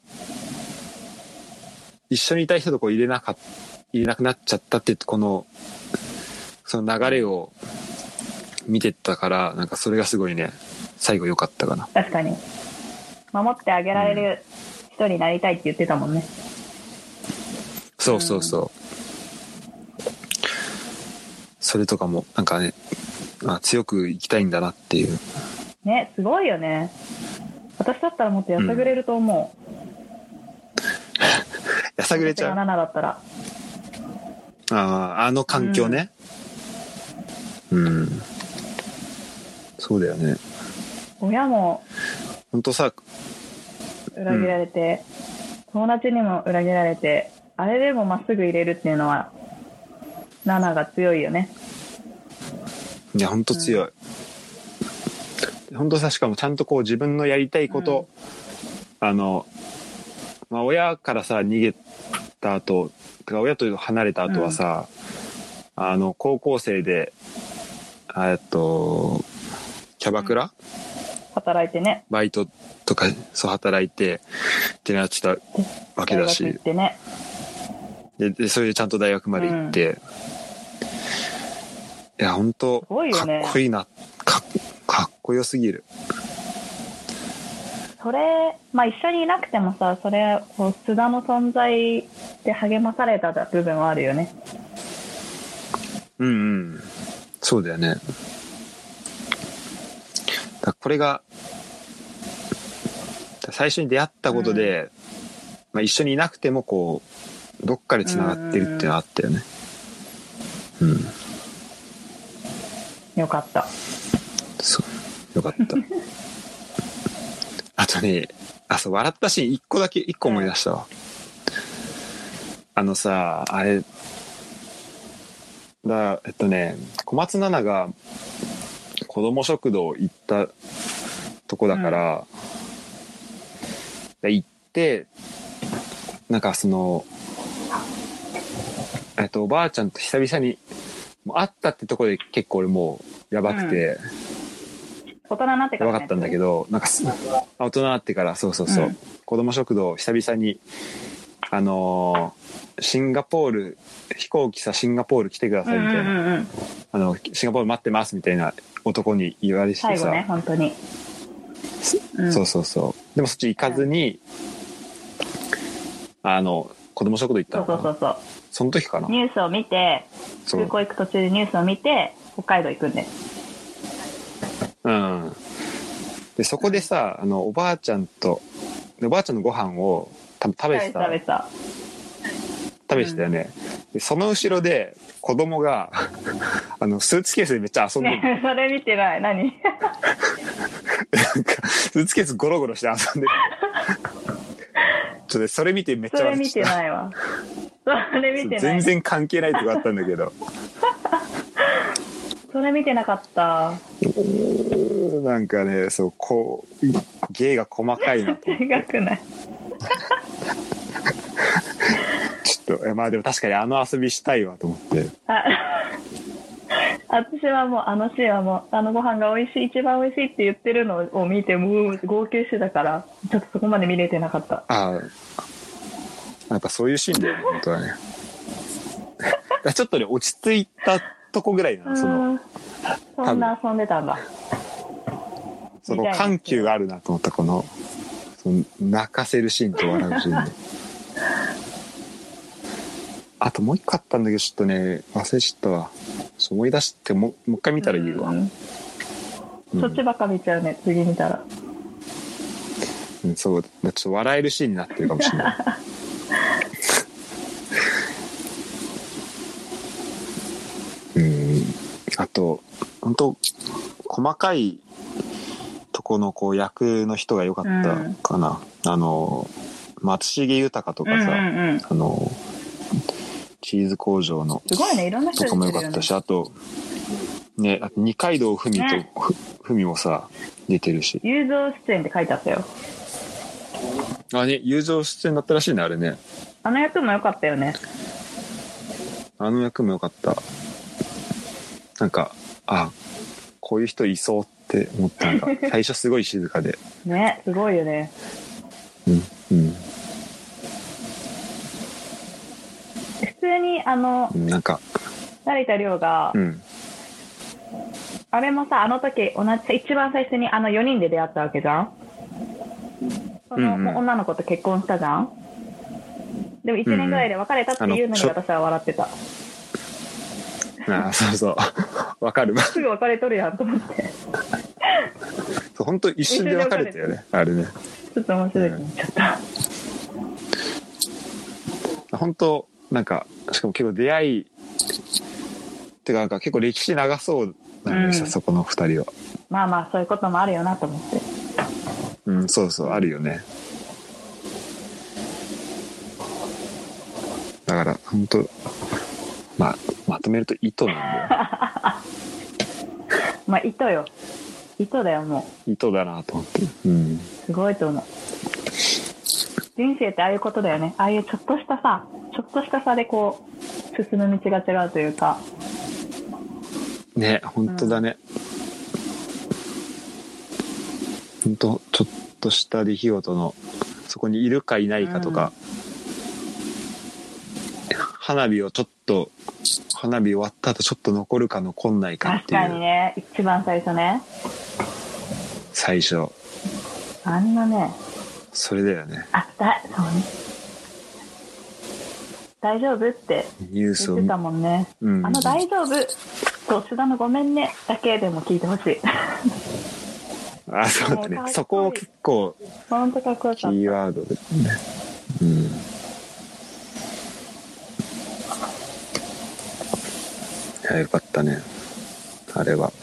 一緒にいたい人とこう入れなくなっちゃったってこの、その流れを見てたから、なんかそれがすごいね、最後良かったかな。 確かに。守ってあげられる人になりたいって言ってたもんね。 そうそうそう。それとかも、なんかね、強く生きたいんだなっていう。 ね、すごいよね。私だったらもっとやさぐれると思う。 やさぐれちゃう。 7だったら。 あの環境ね。そうだよね。 親も本当さ、 裏切られて、友達にも裏切られて、あれでもまっすぐ入れるっていうのは7が強いよね。 いや本当強い。本当さ、しかもちゃんとこう自分のやりたいこと、まあ親からさ逃げた後、てか親と離れた後はさ、高校生でキャバクラ、 働いてね、 バイトとかそう働いてってなってたわけだし、 大学行ってね、 でそれでちゃんと大学まで行って、いや本当かっこいいな、かっこよすぎる。 それ、まあ一緒にいなくてもさ、それこう須田の存在で励まされた部分はあるよね。 そうだよね。だこれが最初に出会ったことで、まあ、一緒にいなくてもこうどっかでつながってるっていうのはあったよね。 よかった。 そうよかったあとね、そう笑ったシーン1個思い出したわ。さあれだ、小松菜奈が子供食堂行ったとこだから、行ってなんかそのおばあちゃんと久々に会ったってとこで結構俺もうやばくて、 大人になってからやばかったんだけど、なんか大人になってからそう、子供食堂久々にシンガポール飛行機さシンガポール来てくださいみたいな、シンガポール待ってますみたいな男に言われてさ、 最後ね本当に、 そうでもそっち行かずに、子供食堂行ったのかな。 そうその時かな。 ニュースを見て、空港行く途中でニュースを見て北海道行くんで、 でそこでさおばあちゃんのご飯を多分食べてたよね。でその後ろで子供がスーツケースでめっちゃ遊んでる、 ね、それ見てない。何なんかスーツケースゴロゴロして遊んでるちょっとそれ見てめっちゃそれ見笑っちゃった。 てないわ。それ見てない。 全然関係ないとこあったんだけどそれ見てなかった。 なんかね、そうこう芸が細かいなと思って違くない。 ちょっとまあでも確かに遊びしたいわと思って。 私はもうシーンはもうご飯が美味しい、一番美味しいって言ってるのを見てもう号泣してたからちょっとそこまで見れてなかった。 やっぱそういうシーンだよね本当はねちょっとね落ち着いたとこぐらいな、そんな遊んでたんだ。 その緩急があるなと思った、その泣かせるシーンと笑うシーンであともう一個あったんだけどちょっとね忘れちゃったわ。思い出してもう一回見たら言うわ、 そっちばっか見ちゃうね次見たら。 そうちょっと笑えるシーンになってるかもしれないあと本当細かいとこのこう役の人が良かったかな、松重豊とかさ、チーズ工場のすごいね、いろんな人とかも良かったし、あとね、あと二階堂ふみと、ね、ふみもさ出てるし、 友情出演って書いてあったよ。 ね、友情出演だったらしいねあれね。 あの役も良かったよね。 あの役も良かった。なんかこういう人いそうって思ったんだ最初すごい静かでね、すごいよね。普通になんか成田凌が、あれもさ、あの時同じ一番最初に4人で出会ったわけじゃん。その、もう女の子と結婚したじゃん。でも1年ぐらいで別れたっていうのに私は笑ってた。 そうそうわかるすぐ別れとるやんと思って本当一瞬で別れたよねあれね。 ちょっと面白いと思っちゃった、 本当なんかしかも結構出会いってかなんか結構歴史長そうなんでさ、そこの2人はまあまあそういうこともあるよなと思って。 そうそうあるよね。だから本当まとめると糸なんだよまあ糸よ、糸だよ、もう糸だなと思って、 すごいと思う。人生ってああいうことだよね。ああいうちょっとした差でこう進む道が違うというかね、本当だね、本当ちょっとした出来事のそこにいるかいないかとか、花火終わった後ちょっと残るか残んないかっていう。 確かにね、一番最初ね。 最初あんなね、 それだよね。 そうね、大丈夫って言ってたもんね。大丈夫と須田のごめんねだけでも聞いてほしいそうだね、そこを結構本当かっこよかった。 キーワードですね。いやよかったねあれは。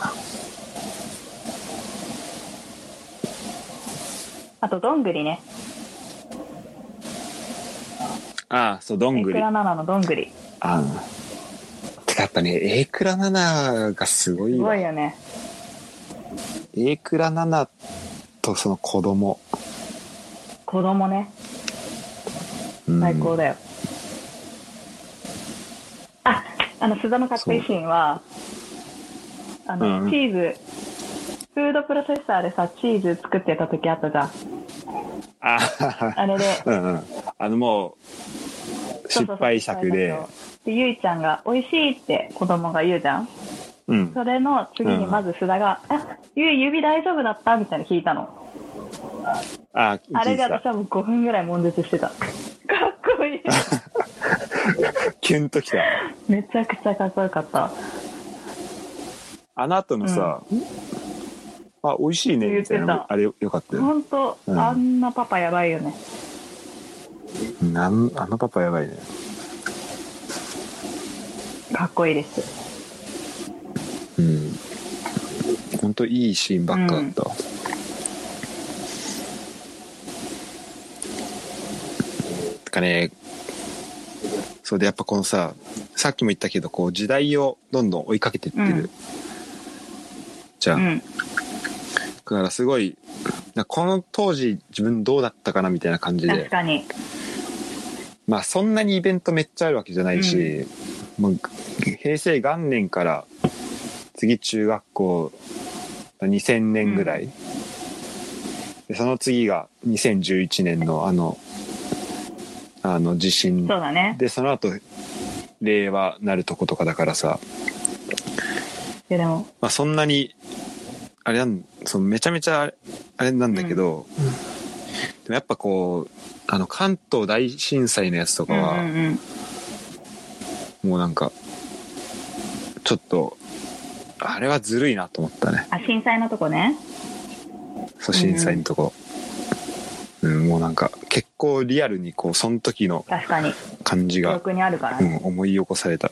あとどんぐりね。 そうどんぐり。 榮倉奈々のどんぐり。 てかやっぱね榮倉奈々がすごいわ。 すごいよね。 榮倉奈々とその子供ね、最高だよ。須田のかっこいいシーンはチーズフードプロセッサーでさチーズ作ってた時あったじゃん。あれでもう失敗作でゆいちゃんが美味しいって子供が言うじゃん。それの次にまず須田がゆい指大丈夫だったみたいな聞いたの。あれで私はもう5分ぐらい悶絶してた。かっこいいキュンときた。 めちゃくちゃかっこよかった。 あの後のさ、美味しいねみたいな、あれよかったよ。 本当、あんなパパやばいよね。 あのパパやばいね。 かっこいいです。 うん。ほんといいシーンばっかだったわ。てかね、そうでやっぱこのさっきも言ったけどこう時代をどんどん追いかけてってる、じゃん、だからすごいこの当時自分どうだったかなみたいな感じで、 確かにまあそんなにイベントめっちゃあるわけじゃないし、もう平成元年から次中学校2000年ぐらい、でその次が2011年のあの地震、 そうだね、 でその後令和なるとことかだからさ、 いやでも、 まあ、そんなにあれそのめちゃめちゃあれなんだけど、でもやっぱこう関東大震災のやつとかは、もうなんかちょっとあれはずるいなと思ったね。 あ、震災のとこね。 そう、震災のとこ、もうなんか結構リアルにこうその時の感じが記憶にあるからね、 思い起こされた。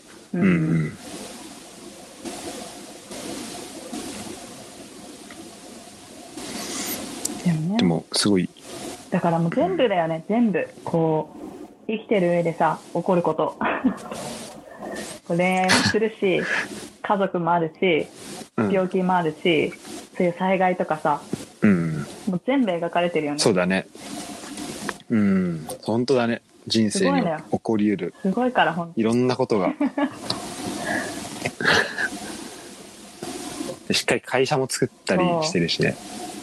でもすごいだからもう全部だよね、全部こう生きてる上でさ起こること恋愛もするし家族もあるし病気もあるし、そういう災害とかさ、もう全部描かれてるよね。 そうだね、本当だね。人生に起こりうるすごいから本当いろんなことがしっかり会社も作ったりしてるしね。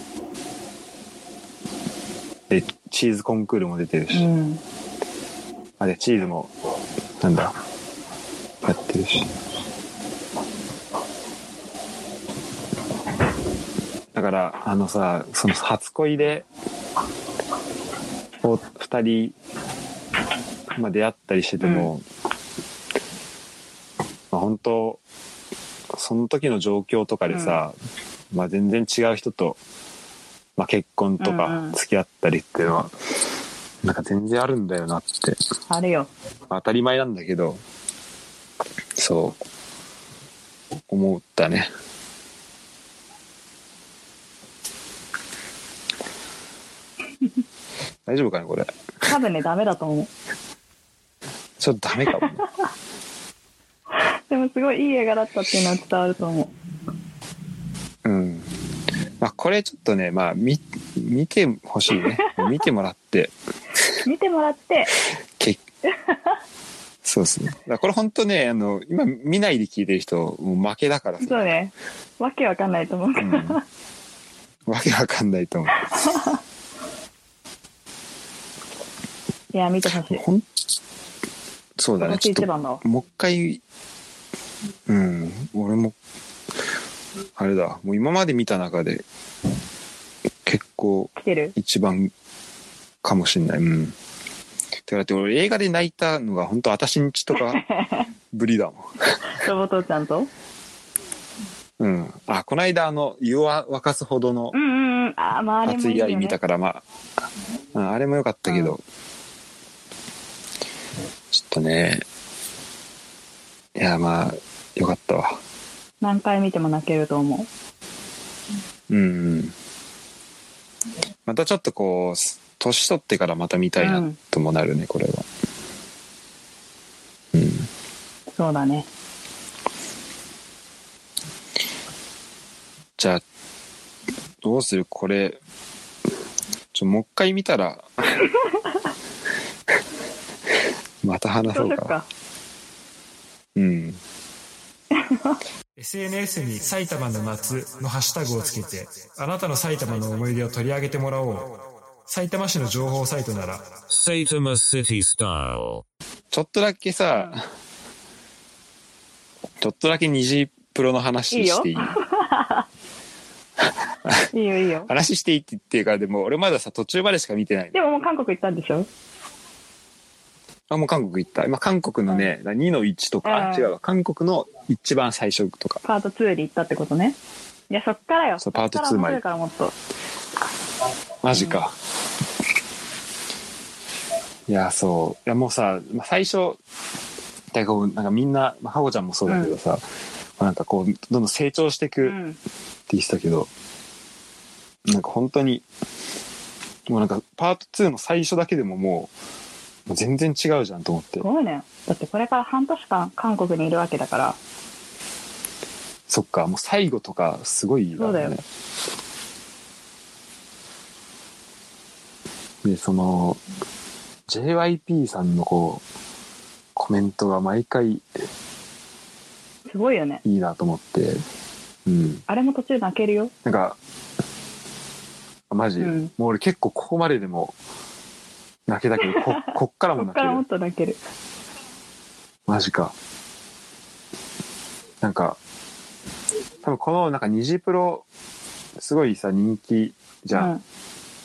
でチーズコンクールも出てるし、あれチーズもなんだやってるし、だからさ、その初恋で2人、まあ、出会ったりしてても、まあ、本当その時の状況とかでさ、まあ、全然違う人と、まあ、結婚とか付き合ったりっていうのは、なんか全然あるんだよなってあるよ、 まあ、当たり前なんだけどそう思ったね。大丈夫かなこれ。 多分ねダメだと思う。 ちょっとダメかもねでもすごいいい映画だったっていうのは伝わると思う。まあこれちょっとね、まあ見てほしいね。見てもらってそうですね。だからこれ本当ね今見ないで聞いてる人もう負けだからさ。 そうね、わけわかんないと思うから、 わけわかんないと思ういや見てほしい。 そうだね。ちょっともう一回、俺もあれだ、もう今まで見た中で結構一番かもしれない。だって俺映画で泣いたのが本当私んちとかぶりだもん。 ロボ父ちゃんと。 この間湯を沸かすほどの熱い愛見たから、まああれも良かったけど。ちょっとね、いやまあよかったわ。 何回見ても泣けると思う。 またちょっとこう年取ってからまた見たいなともなるね、これは。 そうだね。 じゃあどうするこれもう一回見たらまた話そうか。 SNS に埼玉の夏のハッシュタグをつけてあなたの埼玉の思い出を取り上げてもらおう。埼玉市の情報サイトなら埼玉シティスタイル。 ちょっとだけさ、ちょっとだけ虹プロの話していい？ いいよいいよ。 話していいって言ってるから、でも俺まださ途中までしか見てない。 でももう韓国行ったんでしょ？ もう韓国行った。今韓国のね、2の1とか、違うわ、韓国の一番最初とか。 パート2に行ったってことね。いやそっからよ。 そうパート2まで。 からもっと。 マジか。いやそういやもうさ、最初なんかみんな、かこちゃんもそうだけどさ、 なんかこうどんどん成長していくって言ってたけど、なんか本当にもうなんかパート2の最初だけでももう全然違うじゃんと思って。 すごいね。だってこれから半年間韓国にいるわけだから。 そっか、もう最後とかすごいだね。 そうだよ。 でその JYP さんのこうコメントが毎回すごいよね。 いいなと思って、うん。 あれも途中泣けるよ。 なんかマジ、もう俺結構ここまででも泣けたけど、こっからも泣ける。 こっからもっと泣ける。 マジか。なんか多分このなんかニジプロすごいさ人気じゃん。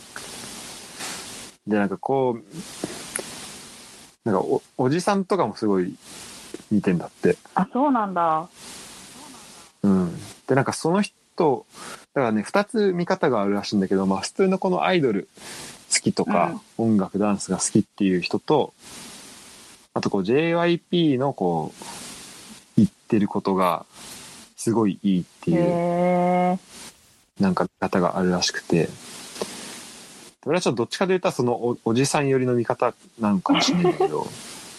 でなんかこうなんか おじさんとかもすごい見てんだって。 あ、そうなんだ。 うん。でなんかその人だからね2つ見方があるらしいんだけど、まあ普通のこのアイドル好きとか、音楽ダンスが好きっていう人と、あとこう JYP のこう言ってることがすごいいいっていうなんか方があるらしくて、俺はちょっとどっちかというとその おじさん寄りの見方なのかもしれないんだけど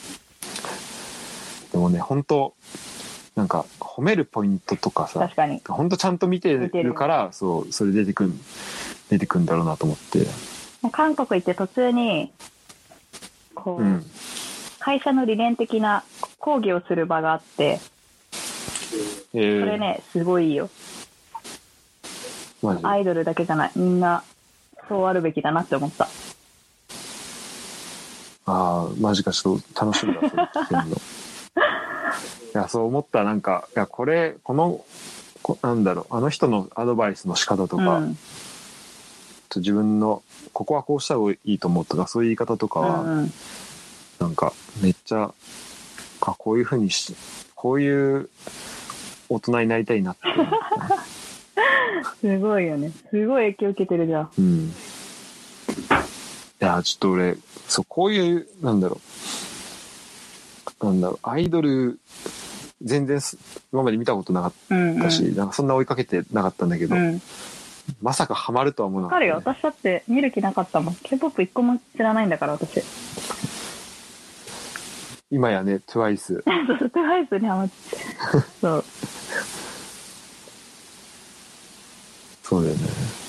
でもね本当なんか褒めるポイントとかさ、 確かに本当ちゃんと見てるからそうそれ出てくんだろうなと思って。 韓国行って途中にこう、会社の理念的な講義をする場があって、それねすごいいいよ。 マジ？ アイドルだけじゃない、みんなそうあるべきだなって思った。 ああマジか、ちょっと楽しみだそれ聞けるのいやそう思った。なんかいやなんだろう、あの人のアドバイスの仕方とか、自分のここはこうした方がいいと思うとかそういう言い方とかは、なんかめっちゃこういう風にこういう大人になりたいなって思ってすごいよね。すごい影響受けてるじゃん。 いやちょっと俺そうこういうなんだろうアイドル全然今まで見たことなかったし、なんかそんな追いかけてなかったんだけど、まさかハマるとは思わなかった、ね。 わかるよ。私だって見る気なかったもん。K-POP 一個も知らないんだから私。 今やね TWICE TWICE にハマってそうそうだよね。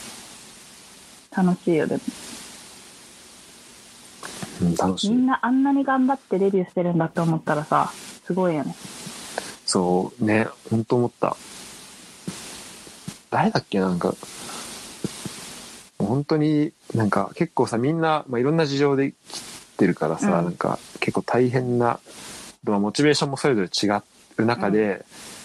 楽しいよ。でも、 楽しい。 みんなあんなに頑張ってデビューしてるんだって思ったらさすごいよね。 そうね、本当思った。誰だっけ、なんか本当になんか結構さみんな、いろんな事情で来てるからさ、なんか結構大変な、モチベーションもそれぞれ違う中で、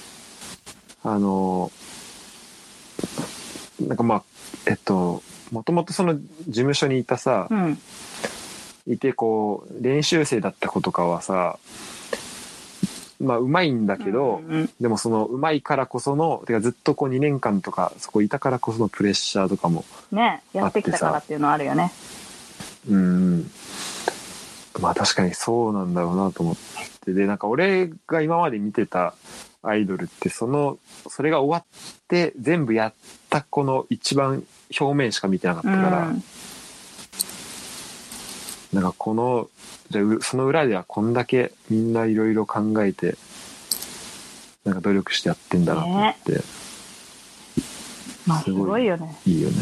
なんかもともとその事務所にいたさ、いてこう練習生だった子とかはさうまいんだけど、でもそのうまいからこそのてかずっとこう2年間とかそこいたからこそのプレッシャーとかもね、やってきたからっていうのはあるよね。 確かにそうなんだろうなと思って、でなんか俺が今まで見てたアイドルってそれが終わって全部やったこの一番表面しか見てなかったから、なんかその裏ではこんだけみんないろいろ考えてなんか努力してやってんだなと思って、 すごいよね。 いいよね。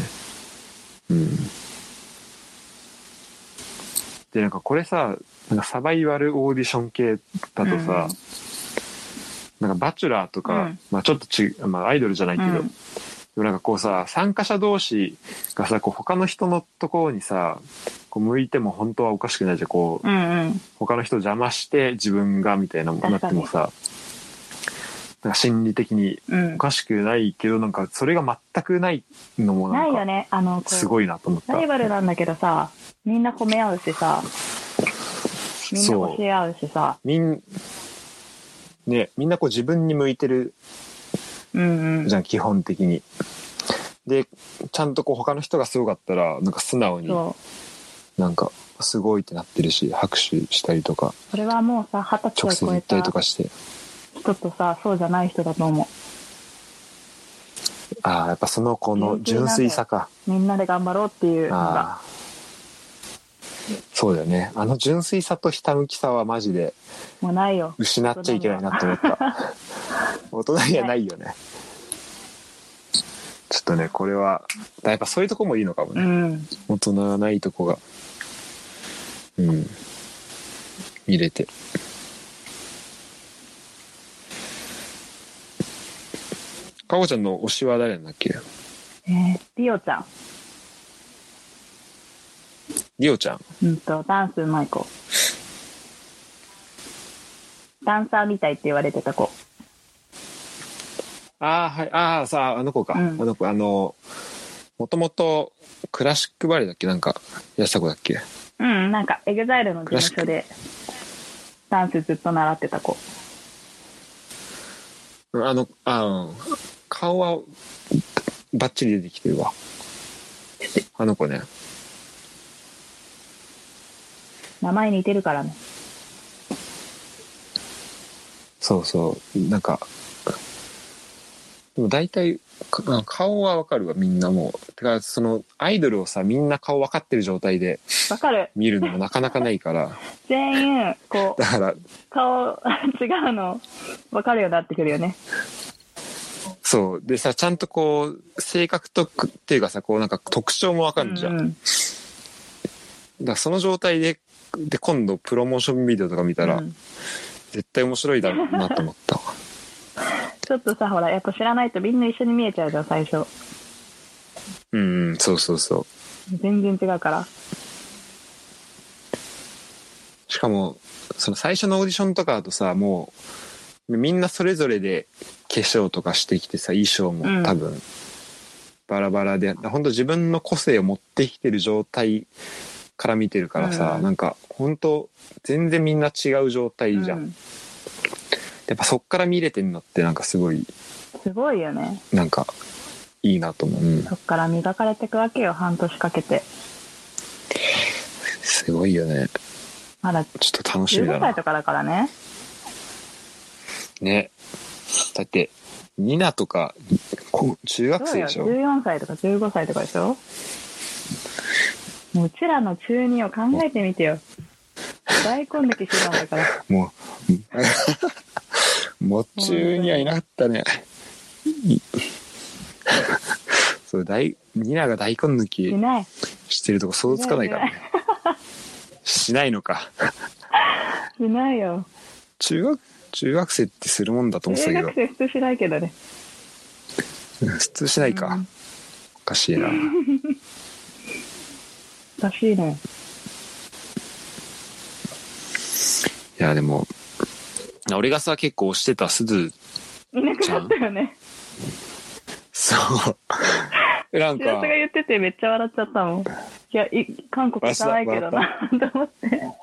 でなんかこれさ、なんかサバイバルオーディション系だとさ、なんかバチュラーとか、ちょっとアイドルじゃないけど、でもなんかこうさ参加者同士がさこう他の人のところにさこう向いても本当はおかしくないじゃん。こう、他の人を邪魔して自分がみたいななってもさ、なんか心理的におかしくないけど、なんかそれが全くないのもなんかないよね。 すごいなと思った。 ライバルなんだけどさ、みんな褒め合うしさ、みんな教え合うしさ、みんなこう自分に向いてるじゃん、基本的に。でちゃんとこう他の人がすごかったらなんか素直になんかすごいってなってるし、拍手したりとか、 それはもうさ20歳を超えた直接言ったりとかして、 人とさ、そうじゃない人だと思う。 ああ、やっぱその子の純粋さか。 みんなで頑張ろうっていうのが。 そうだよね。あの純粋さとひたむきさはマジでもうないよ。 失っちゃいけないなと思った。大人にはないよね。ちょっとね、これはやっぱそういうとこもいいのかもね。 うん、 大人はないとこが、見れて。かこちゃんの推しは誰なんだっけ？ リオちゃん。 リオちゃん。 ダンスうまい子。ダンサーみたいって言われてた子。 ああ、はい。ああ、さあ、あの子か。あの子、もともとクラシックバレエだっけ？なんか、やした子だっけ？ なんか、エグザイルの事務所で、ダンスずっと習ってた子。 顔は、バッチリ出てきてるわ。あの子ね。 名前似てるからね。 そうそう。なんか、でも大体、顔はわかるわ、みんなもう。てか、その、アイドルをさ、みんな顔わかってる状態で、 わかる。 見るのもなかなかないから。 全員、こう、 だから、 顔違うの、わかるようになってくるよね。 そう。でさ、ちゃんとこう、性格とっていうかさ、こうなんか特徴もわかるじゃん。だからその状態で、今度プロモーションビデオとか見たら、絶対面白いだろうなと思ったわ。 ちょっとさ、ほら、やっぱ知らないとみんな一緒に見えちゃうじゃん、最初。 そうそうそう。 全然違うから。 しかも、その最初のオーディションとかだとさ、もう、みんなそれぞれで化粧とかしてきてさ、衣装も多分、バラバラで、本当自分の個性を持ってきてる状態から見てるからさ、なんか、本当全然みんな違う状態じゃん。やっぱそっから見れてんのってなんかすごいよね。 なんかいいなと思う。 そっから磨かれていくわけよ、半年かけて。 すごいよね。 まだちょっと楽しみだな。 15歳とかだからね。 ね。だってニナとか中学生でしょ。 14歳とか15歳とかでしょ。もううちらの中2を考えてみてよ。大根抜きしてたんだから。 もう中にはいなかったね。そうニナが大根抜きしてるとこ想像つかないからね。しないのか。 しないよ。 中学生ってするもんだと思ってたけど。 中学生普通しないけどね。 普通しないか。おかしいな。 おかしいね。 いやでも俺がさ結構推してたすずいなくなったよね。 そうなんか千夏が言っててめっちゃ笑っちゃったもん。いや韓国行かないけどなと思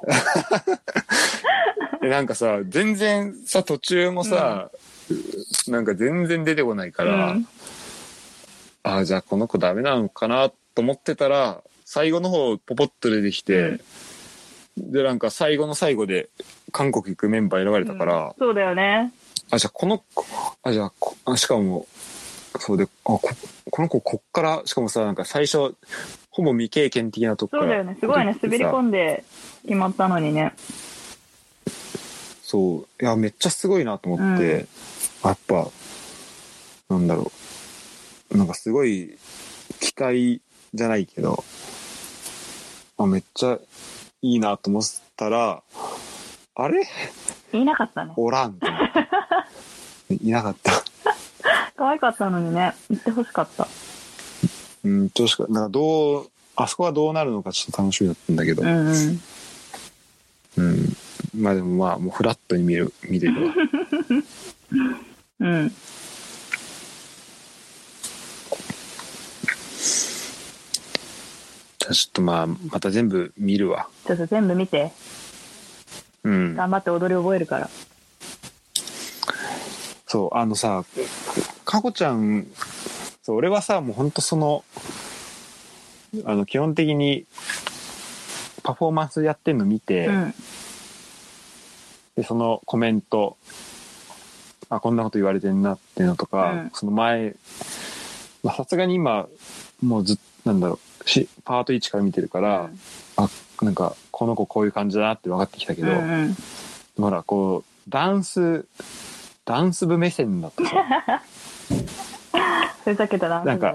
ってなんかさ全然さ途中もさ、なんか全然出てこないから、あじゃあこの子ダメなのかなと思ってたら最後の方ポポッと出てきて、でなんか最後の最後で韓国行くメンバー選ばれたから、 そうだよね。 じゃあしかもそうでこの子こっからしかもさなんか最初ほぼ未経験的なとこからそうだよね。すごいね。滑り込んで決まったのにね。 そういやめっちゃすごいなと思って、やっぱなんだろうなんかすごい期待じゃないけどめっちゃいいなと思ったらあれいなかったね。 おらんと思っていなかった可愛かったのにね言ってほしかった。 なんかあそこはどうなるのかちょっと楽しみだったんだけど、まあでもまあもうフラットに見てるわじゃあちょっとまた全部見るわ。 ちょっと全部見て。頑張って踊り覚えるから。 そうさかこちゃんそう俺はさもうほんと基本的にパフォーマンスやってんの見て、でそのコメントこんなこと言われてんなっていうのとか、その前、さすがに今もうなんだろうパート1から見てるから、なんかこの子こういう感じだなって分かってきたけど、ほらこうダンス部目線だったさふざけたダンス部だった。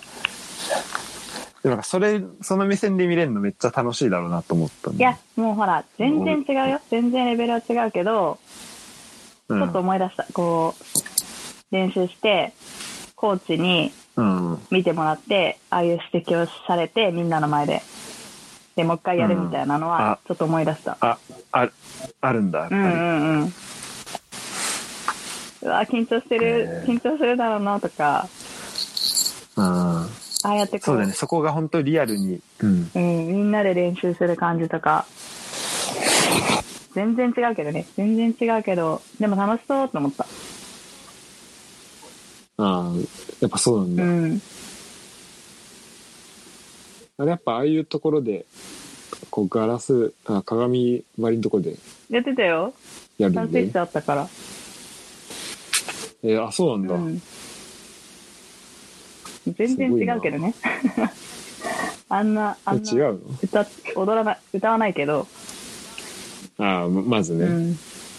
なんかその目線で見れるのめっちゃ楽しいだろうなと思ったんで。 いやもうほら全然違うよ、全然レベルは違うけど、ちょっと思い出した。こう練習してコーチに見てもらって、ああいう指摘をされてみんなの前でもう一回やるみたいなのはちょっと思い出した。 あるんだやっぱり。 うわ緊張するだろうなとか。ああやってこう。 そうだね、そこが本当リアルに、 みんなで練習する感じとか。全然違うけどね。でも楽しそうと思った。 やっぱそうなんだ。あれやっぱああいうところでこうガラス鏡張りのところでやってたよ。 やるんで。 スイッチあったから。 そうなんだ。 全然違うけどね。あんな違うの？ 歌わないけど。 まずね。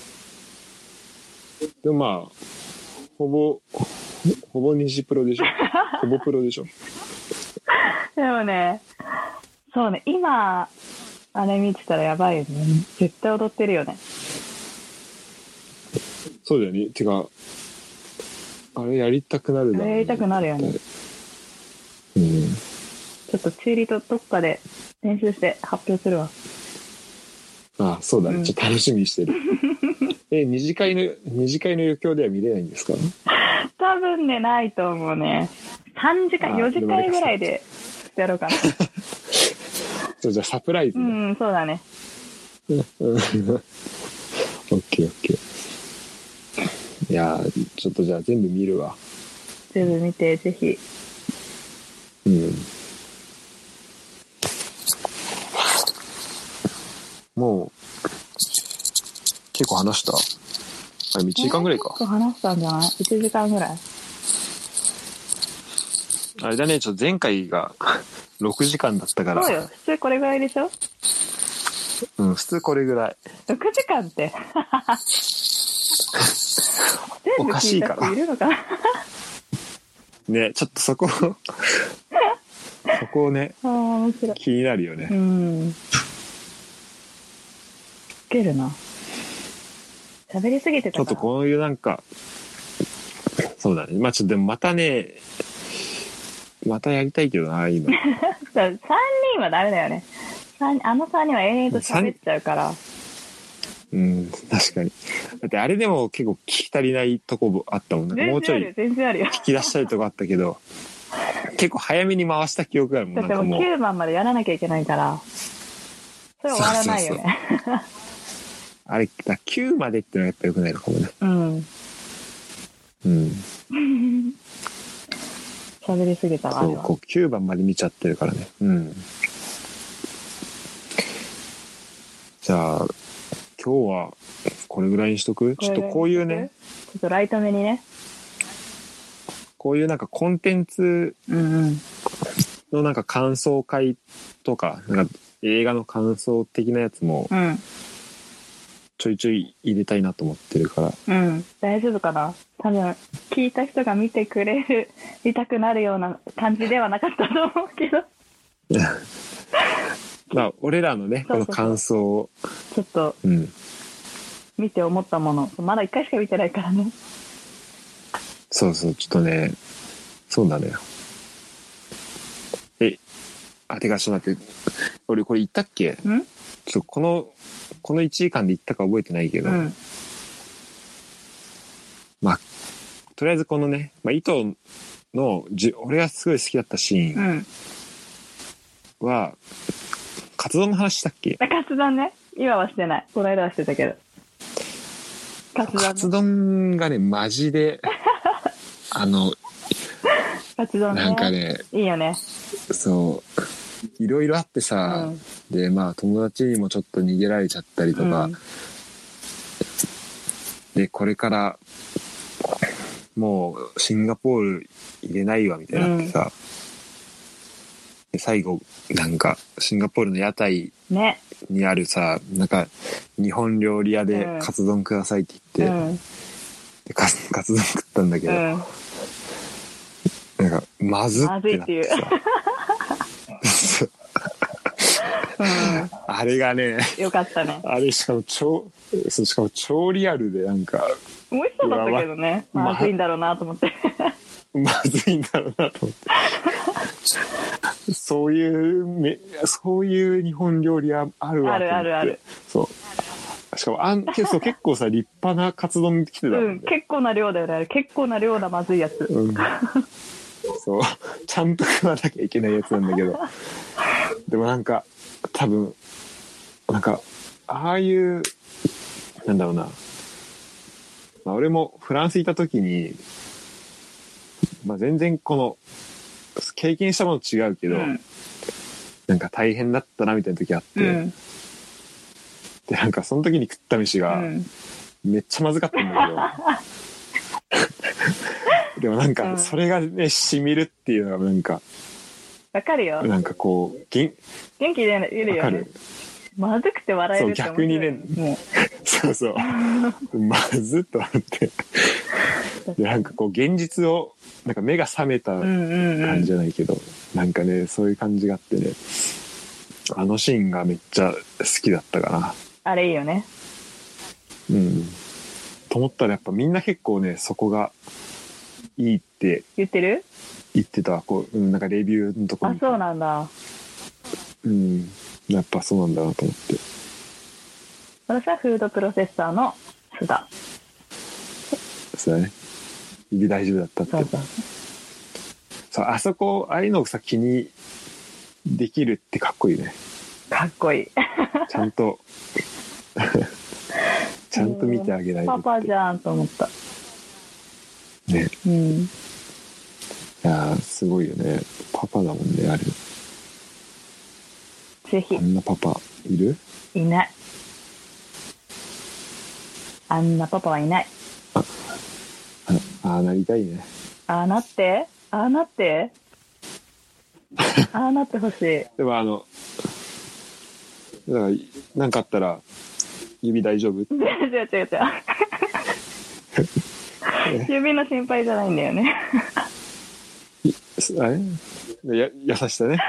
でもまあほぼ西プロでしょ。ほぼプロでしょ。 でもね、そうね、今あれ見てたらやばいよね。絶対踊ってるよね。 そうだよね。てかあれやりたくなるだろうね。 やりたくなるよね。ちょっとチーリとどっかで練習して発表するわ。 そうだね、ちょっと楽しみにしてる。二次会の余興では見れないんですか？ 多分ねないと思うね。3時間4時間ぐらいでやろうかな。 じゃあサプライズ、ね。 そうだね。 オッケー。いやちょっとじゃあ全部見るわ。 全部見てぜひ。 もう結構話した？1時間ぐらいか。 結構話したんじゃない？ 1 時間ぐらい。 あれだね、ちょっと前回が6時間だったから。 そうよ、普通これぐらいでしょ？ 普通これぐらい。 6時間って全部聞いた人いるのかな。 ね、ちょっとそこをね気になるよね。 ウケるな。喋りすぎてたから。 ちょっとこういうなんかそうだね。まあちょっとでもまたねまたやりたいけどな今。 3人はダメだよね。あの3人は永遠と喋っちゃうから。 確かに。だってあれでも結構聞き足りないとこあったもんね。もうちょい全然あるよ。 聞き出したいとこあったけど結構早めに回した記憶があるもん。 だってもう9番までやらなきゃいけないからそれ終わらないよね。そうあれだ9までってのはやっぱ良くないのかもね。 喋りすぎたわ。 そうこう9番まで見ちゃってるからね。じゃあ今日はこれぐらいにしとく？ちょっとこういうねちょっとライトめにね、 こういうなんかコンテンツのなんか感想会とか、なんか映画の感想的なやつもちょいちょい入れたいなと思ってるから。 大丈夫かな。多分聞いた人が見てくれたくなるような感じではなかったと思うけどまあ俺らのねこの感想をちょっと見て思ったもの、まだ1回しか見てないからね。 そうちょっとね、そうなのよ。てかちょっと待って、俺これ言ったっけ？ちょっとこの1時間で言ったか覚えてないけど、まあとりあえずこのね、糸の俺がすごい好きだったシーンは、カツ丼の話したっけ？ カツ丼ね。今はしてない。この間はしてたけど。 カツ丼がねマジでカツ丼ね、なんかねいいよね。 そういろいろあってさ、でまあ友達にもちょっと逃げられちゃったりとか、 でこれからもうシンガポール入れないわみたいになってさ、で最後なんかシンガポールの屋台にあるさ、なんか日本料理屋でカツ丼くださいって言って、でカツ丼食ったんだけど、なんかまずってなってさあれがねよかったね。 あれしかも超リアルでなんか美味しそうだったけどね。まずいんだろうなと思ってまずいんだろうなと思ってそういう日本料理あるわけあるそうしかも結構さ立派なカツ丼来てたもんね、 結構な量だよね。結構な量なまずいやつ、 そうちゃんと食わなきゃいけないやつなんだけどでもなんか多分なんかああいうなんだろうな、まあ、俺もフランスいた時に、まあ、全然この経験したもの違うけど、なんか大変だったなみたいな時あって、でなんかその時に食った飯がめっちゃまずかったんだけど、でもなんかそれがね染みるっていうのがなんかわかるよ。 なんかこう元気出るよね。まずくて笑えるってそう逆にねそうまずっと思ってでなんかこう現実をなんか目が覚めた感じじゃないけど、なんかねそういう感じがあってね、あのシーンがめっちゃ好きだったかな。 あれいいよね。 と思ったらやっぱみんな結構ねそこがいいって言ってたこう、なんかレビューのところに。 あ、そうなんだ。 やっぱそうなんだなと思って。 私はフードプロセッサーの須田。 そうだね。指大丈夫だったって。そうあそこああいうのをさ気にできるってかっこいいね。 かっこいい。 ちゃんと見てあげられるって。 パパじゃんと思った。 ね。いやすごいよね。パパだもんねあれ。 ぜひ。 あんなパパいる？ いない。あんなパパはいない。 ああなりたいね。 ああなってほしい。 でもだからなんかあったら指大丈夫？違う。 指の心配じゃないんだよね。 あれ？優しさね。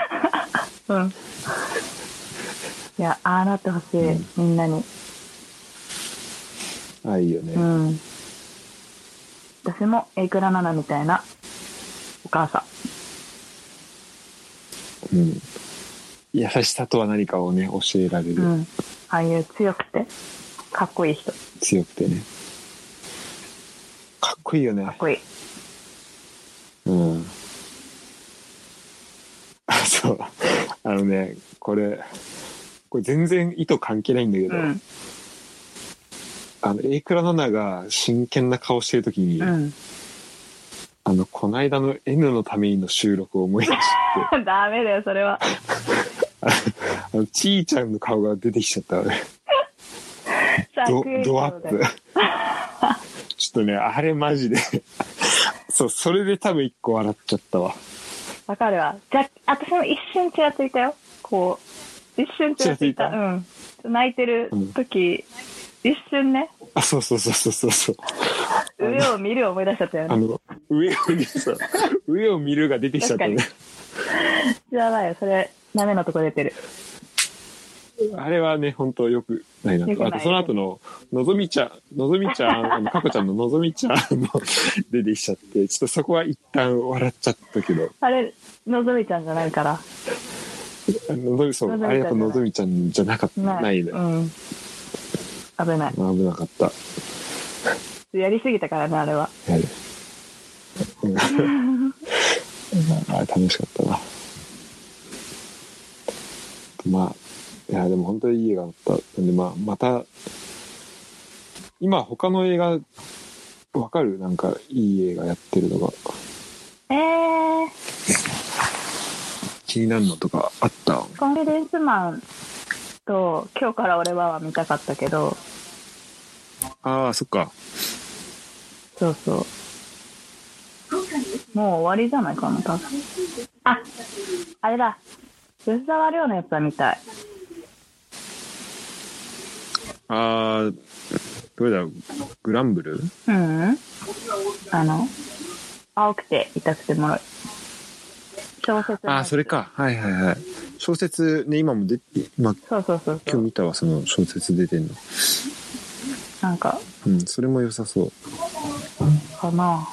いやああなってほしい、みんなに。 あいいよね。 私もエイクラナナみたいなお母さん。優しさとは何かをね教えられる。 ああいう強くてかっこいい人。 強くてね。かっこいいよね。 かっこいい。 そうこれ全然意図関係ないんだけど、エイクラナナが真剣な顔してる時に、この間の N のためにの収録を思い出してダメだよそれは。 ちーちゃんの顔が出てきちゃったね。ドアップ。ちょっとねあれマジでそれで多分一個笑っちゃったわ。 わかるわ。じゃ私も一瞬ちらついたよ。こう一瞬ちらついた。泣いてる時、一瞬ね。 あそう。 上を見るを思い出しちゃったよね。 上を見るが出てきちゃったね。 やばいよそれダメなとこ出てる。 あれはね本当よくないなと。あとその後ののぞみちゃんかこちゃんののぞみちゃんも出てきちゃって、ちょっとそこは一旦笑っちゃったけど。 あれのぞみちゃんじゃないから。 あれやっぱのぞみちゃんじゃなかった。ないね。 危ない。 危なかった。 やりすぎたからねあれは。 あれ楽しかったな。いやでも本当にいい映画だった。なんでまた今他の映画わかる？なんかいい映画やってるのが。気になるのとかあった？ コンフィデンスマンと今日から俺は見たかったけど、 ああ、そっか。 そうそう。もう終わりじゃないかな、多分。あ、あれだ。吉沢亮のやつは見たい。 ああ、どれだ、グランブル？ うん。青くて痛くてもろい。小説。 ああ、それか。はいはいはい。小説ね、今もそうそうそうそう。 今日見たわ、その小説出てんの。 なんか。 うん、それも良さそう。 かな。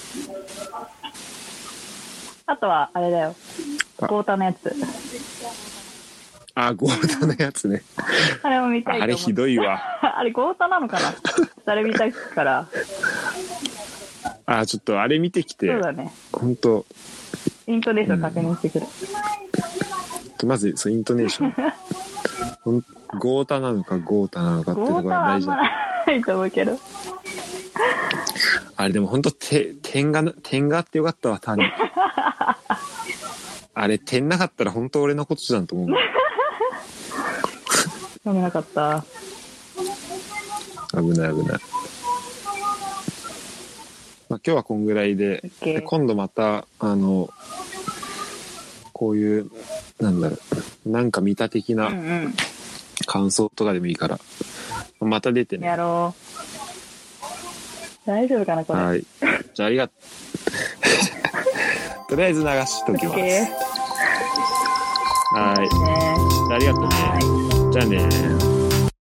あとは、あれだよ。豪太のやつ。 あ、豪太のやつね。 あれも見たいと思って。 あれひどいわ。 あれ豪太なのかな。あれ見たいから。 あ、ちょっとあれ見てきて。 そうだね。 本当。 イントネーション確認してくる。 まず、イントネーション。豪太なのか豪太なのかっていうところが大事だ。 ないと思うけど。 あれでも本当点があってよかったわ、単に。あれ点なかったら本当俺のことじゃんと思う。 読めなかった。 危ない危ない。まあ、今日はこんぐらいで、今度またこういうなんだろう、なんか見た的な感想とかでもいいから、また出てね。 やろう。大丈夫かなこれ。 はい。じゃあありがとう。とりあえず流しときます。はい。ありがとうね。じゃあね。